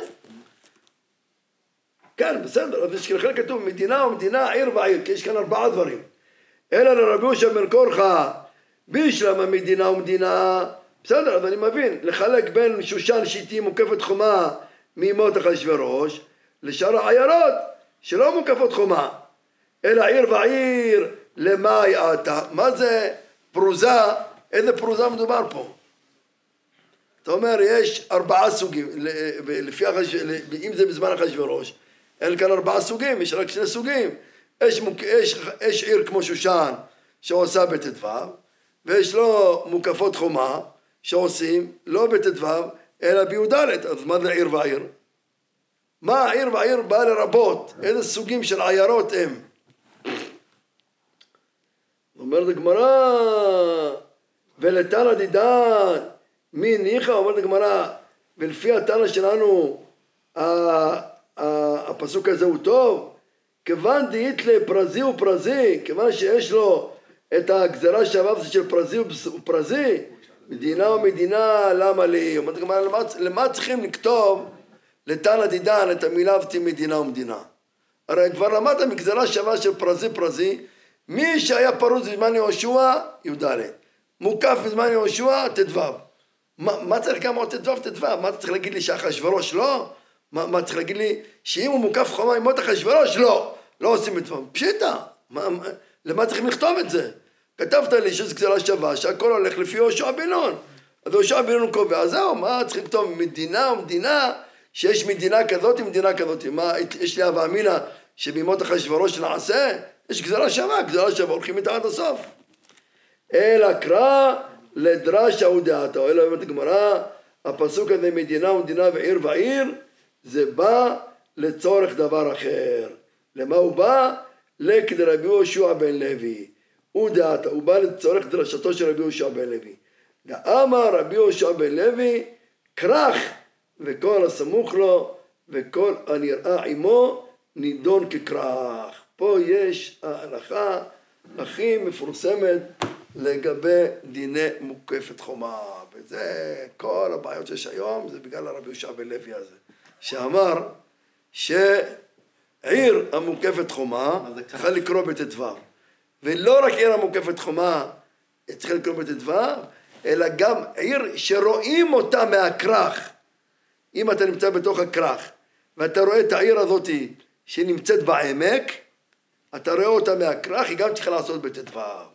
כן, בסדר, אז יש כאן כתוב מדינה ומדינה, עיר ועיר, כי יש כאן 4 דברים. אלא לרבי יהושע בן קורחה, בישלם המדינה ומדינה, בסדר, אז אני מבין, לחלק בין שושן שהיא מוקפת חומה מימות אחשוורוש, לשאר העיירות שלא מוקפות חומה, אלא עיר ועיר למאי עתה. מה זה פרוזה? איזה פרוזה מדובר פה? אתה אומר, יש 4 סוגים, אם זה בזמן אחשוורוש, אין כאן 4 סוגים, יש רק 2 סוגים. יש עיר כמו שושן שעושה בט"ו, ויש לו מוקפות חומה שעושים לא בט"ו, אלא בי"ד. אז מה זה עיר ועיר? מה עיר ועיר בא לרבות? איזה סוגים של עיירות הם? אומרת הגמרא, ולתנא דידן, מי ניחא? אומרת הגמרא, ולפי התנא שלנו, הפסוק הזה הוא טוב, כיוון דאית לפרזי ופרזי, כיוון שיש לו את הגזרה שאמרתי של פרזי ופרזי, מדינה ומדינה, למה לי? אומרת הגמרא, למה צריכים לכתוב לתנא דידן את המילה מדינה ומדינה? הרי כבר למדת מגזרה שווה של פרזי פרזי, מי שהיה פרוץ בזמן יהושע, י"ד, מוקף בזמן יהושע, ט"ו. מה צריך גם עוד ט"ו? מה צריך להגיד לי שאחשוורוש לא? מה צריך להגיד לי שאם הוא מוקף חומה עם מות אחשוורוש? לא עושים ט"ו. פשיטה, למה צריכים לכתוב את זה? כתבת לי שיש גזרה שווה שהכל הולך לפי יהושע בן נון, אז יהושע בן נון קובע, אז זהו, מה צריך לכתוב? מדינה ומדינה, שיש מדינה כזאת ומדינה כזאת. מה, יש לי הווה אמינא שבימות אחשוורוש נעשה? יש גזרה שווה, הולכים איתה עד הסוף. אלא קרא לדרשה ודעתה, אלא באמת הגמרא, הפסוק הזה מדינה ומדינה ועיר ועיר, זה בא לצורך דבר אחר. למה הוא בא? לכדרבי יהושע בן לוי. ודעתה, הוא בא לצורך דרשתו של רבי יהושע בן לוי. דאמר רבי יהושע בן לוי, כרך, וכל הסמוך לו, וכל הנראה עמו, נידון ככרך. פה יש ההלכה הכי מפורסמת לגבי דיני מוקפת חומה, וזה כל הבעיות שיש היום, זה בגלל הרבי יהושע בן לוי הזה, שאמר שעיר המוקפת חומה צריכה לקרוא בט"ו, ולא רק עיר המוקפת חומה צריכה לקרוא בט"ו, אלא גם עיר שרואים אותה מהכרך. אם אתה נמצא בתוך הכרך ואתה רואה את העיר הזאת שנמצאת בעמק, אתה רואה אותה מהכרך, היא גם צריכה לעשות בט"ו.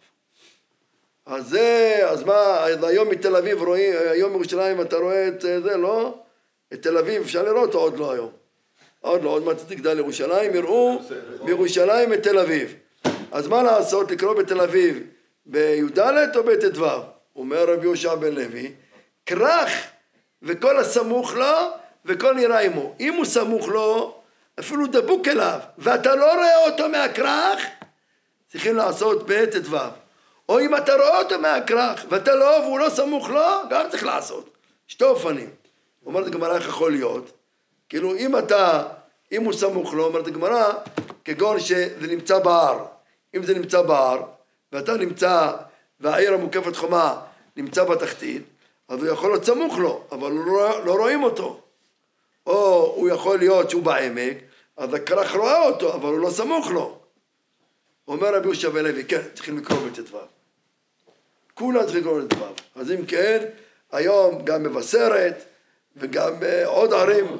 אז מה, היום מתל אביב רואים, היום בירושלים אתה רואה את זה, לא? את תל אביב אפשר לראות או עוד לא היום? עוד מעט תגדל ירושלים, יראו בירושלים את תל אביב. אז מה לעשות, לקרוא בתל אביב בי"ד או בט"ו? אומר רבי יהושע בן לוי, כרך וכל הסמוך לו וכל נראה עמו. אם הוא סמוך לו, אפילו דבוק אליו, ואתה לא רואה אותו מהכרך, צריכים לעשות בט"ו. או אם אתה רואה אותו מהכרך, ואתה לא, והוא לא סמוך לו, גם צריך לעשות. 2 אופנים. אומרת הגמרא, איך יכול להיות? כאילו, אם הוא סמוך לו, אומרת הגמרא, כגון שזה נמצא בהר. אם זה נמצא בהר, ואתה נמצא, והעיר המוקפת חומה נמצא בתחתית, אז הוא יכול להיות סמוך לו, אבל לא רואים אותו. או הוא יכול להיות שהוא בעמק, אז הכרך רואה אותו, אבל הוא לא סמוך לו. אומר רבי יהושע בן לוי, כן, צריכים לקרוא בט"ו. כולם צריכים לקרוא בט"ו. אז אם כן, היום גם מבשרת, וגם עוד ערים,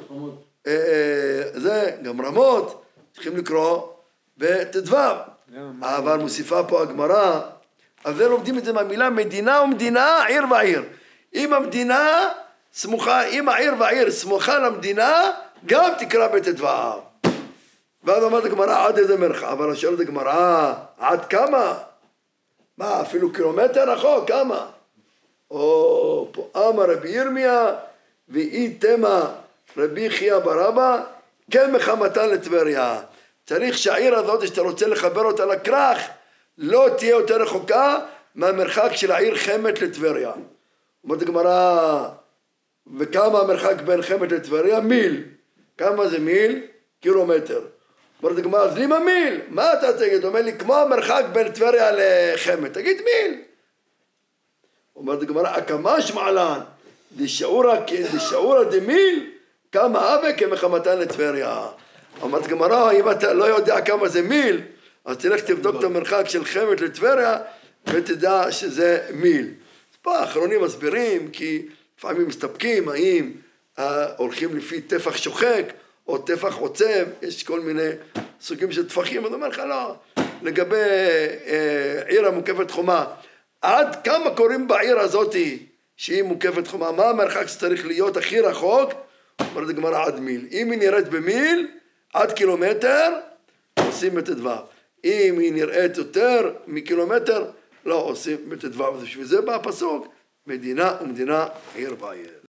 גם רמות, צריכים לקרוא בט"ו. אבל מוסיפה פה הגמרא, אז זה לומדים את זה מהמילה מדינה ומדינה, עיר ועיר. אם המדינה סמוכה, אם העיר ועיר סמוכה למדינה, גם תקרא בט"ו. ואז אמרת הגמרא, עד איזה מרחק? אבל השאלת הגמרא, עד כמה? מה, אפילו קילומטר רחוק, כמה? או, פה אמר רבי ירמיה, ואי תמה רבי חייא בר אבא, כן מחמתן לטבריה. צריך שהעיר הזאת, שאתה רוצה לחבר אותה לכרך, לא תהיה יותר רחוקה מהמרחק של העיר חמת לטבריה. אומרת הגמרא, וכמה המרחק בין חמת לטבריה? מיל. כמה זה מיל? קילומטר. אומרת הגמרא, אז לימה מיל, מה אתה תגיד? אומר לי, כמו המרחק בין טבריה לחמד, תגיד מיל. אומרת הגמרא, הקמש מעלן, דשאורא דמיל, כמה אבא כמחמתן לטבריה. אומרת הגמרא, אם אתה לא יודע כמה זה מיל, אז תלך תבדוק את המרחק של חמד לטבריה, ותדע שזה מיל. פה האחרונים מסבירים, כי לפעמים מסתפקים, האם הולכים לפי טפח שוחק, או טפח עוצב, יש כל מיני סוגים של טפחים, אני אומר לך לא, לגבי עיר המוקפת חומה, עד כמה קוראים בעיר הזאת שהיא מוקפת חומה, מה המרחק שצריך להיות הכי רחוק? אומרת הגמרא עד מיל, אם היא נראית במיל, עד קילומטר, עושים בט"ו, אם היא נראית יותר מקילומטר, לא עושים בט"ו, ובשביל זה בא הפסוק, מדינה ומדינה עיר בעיר.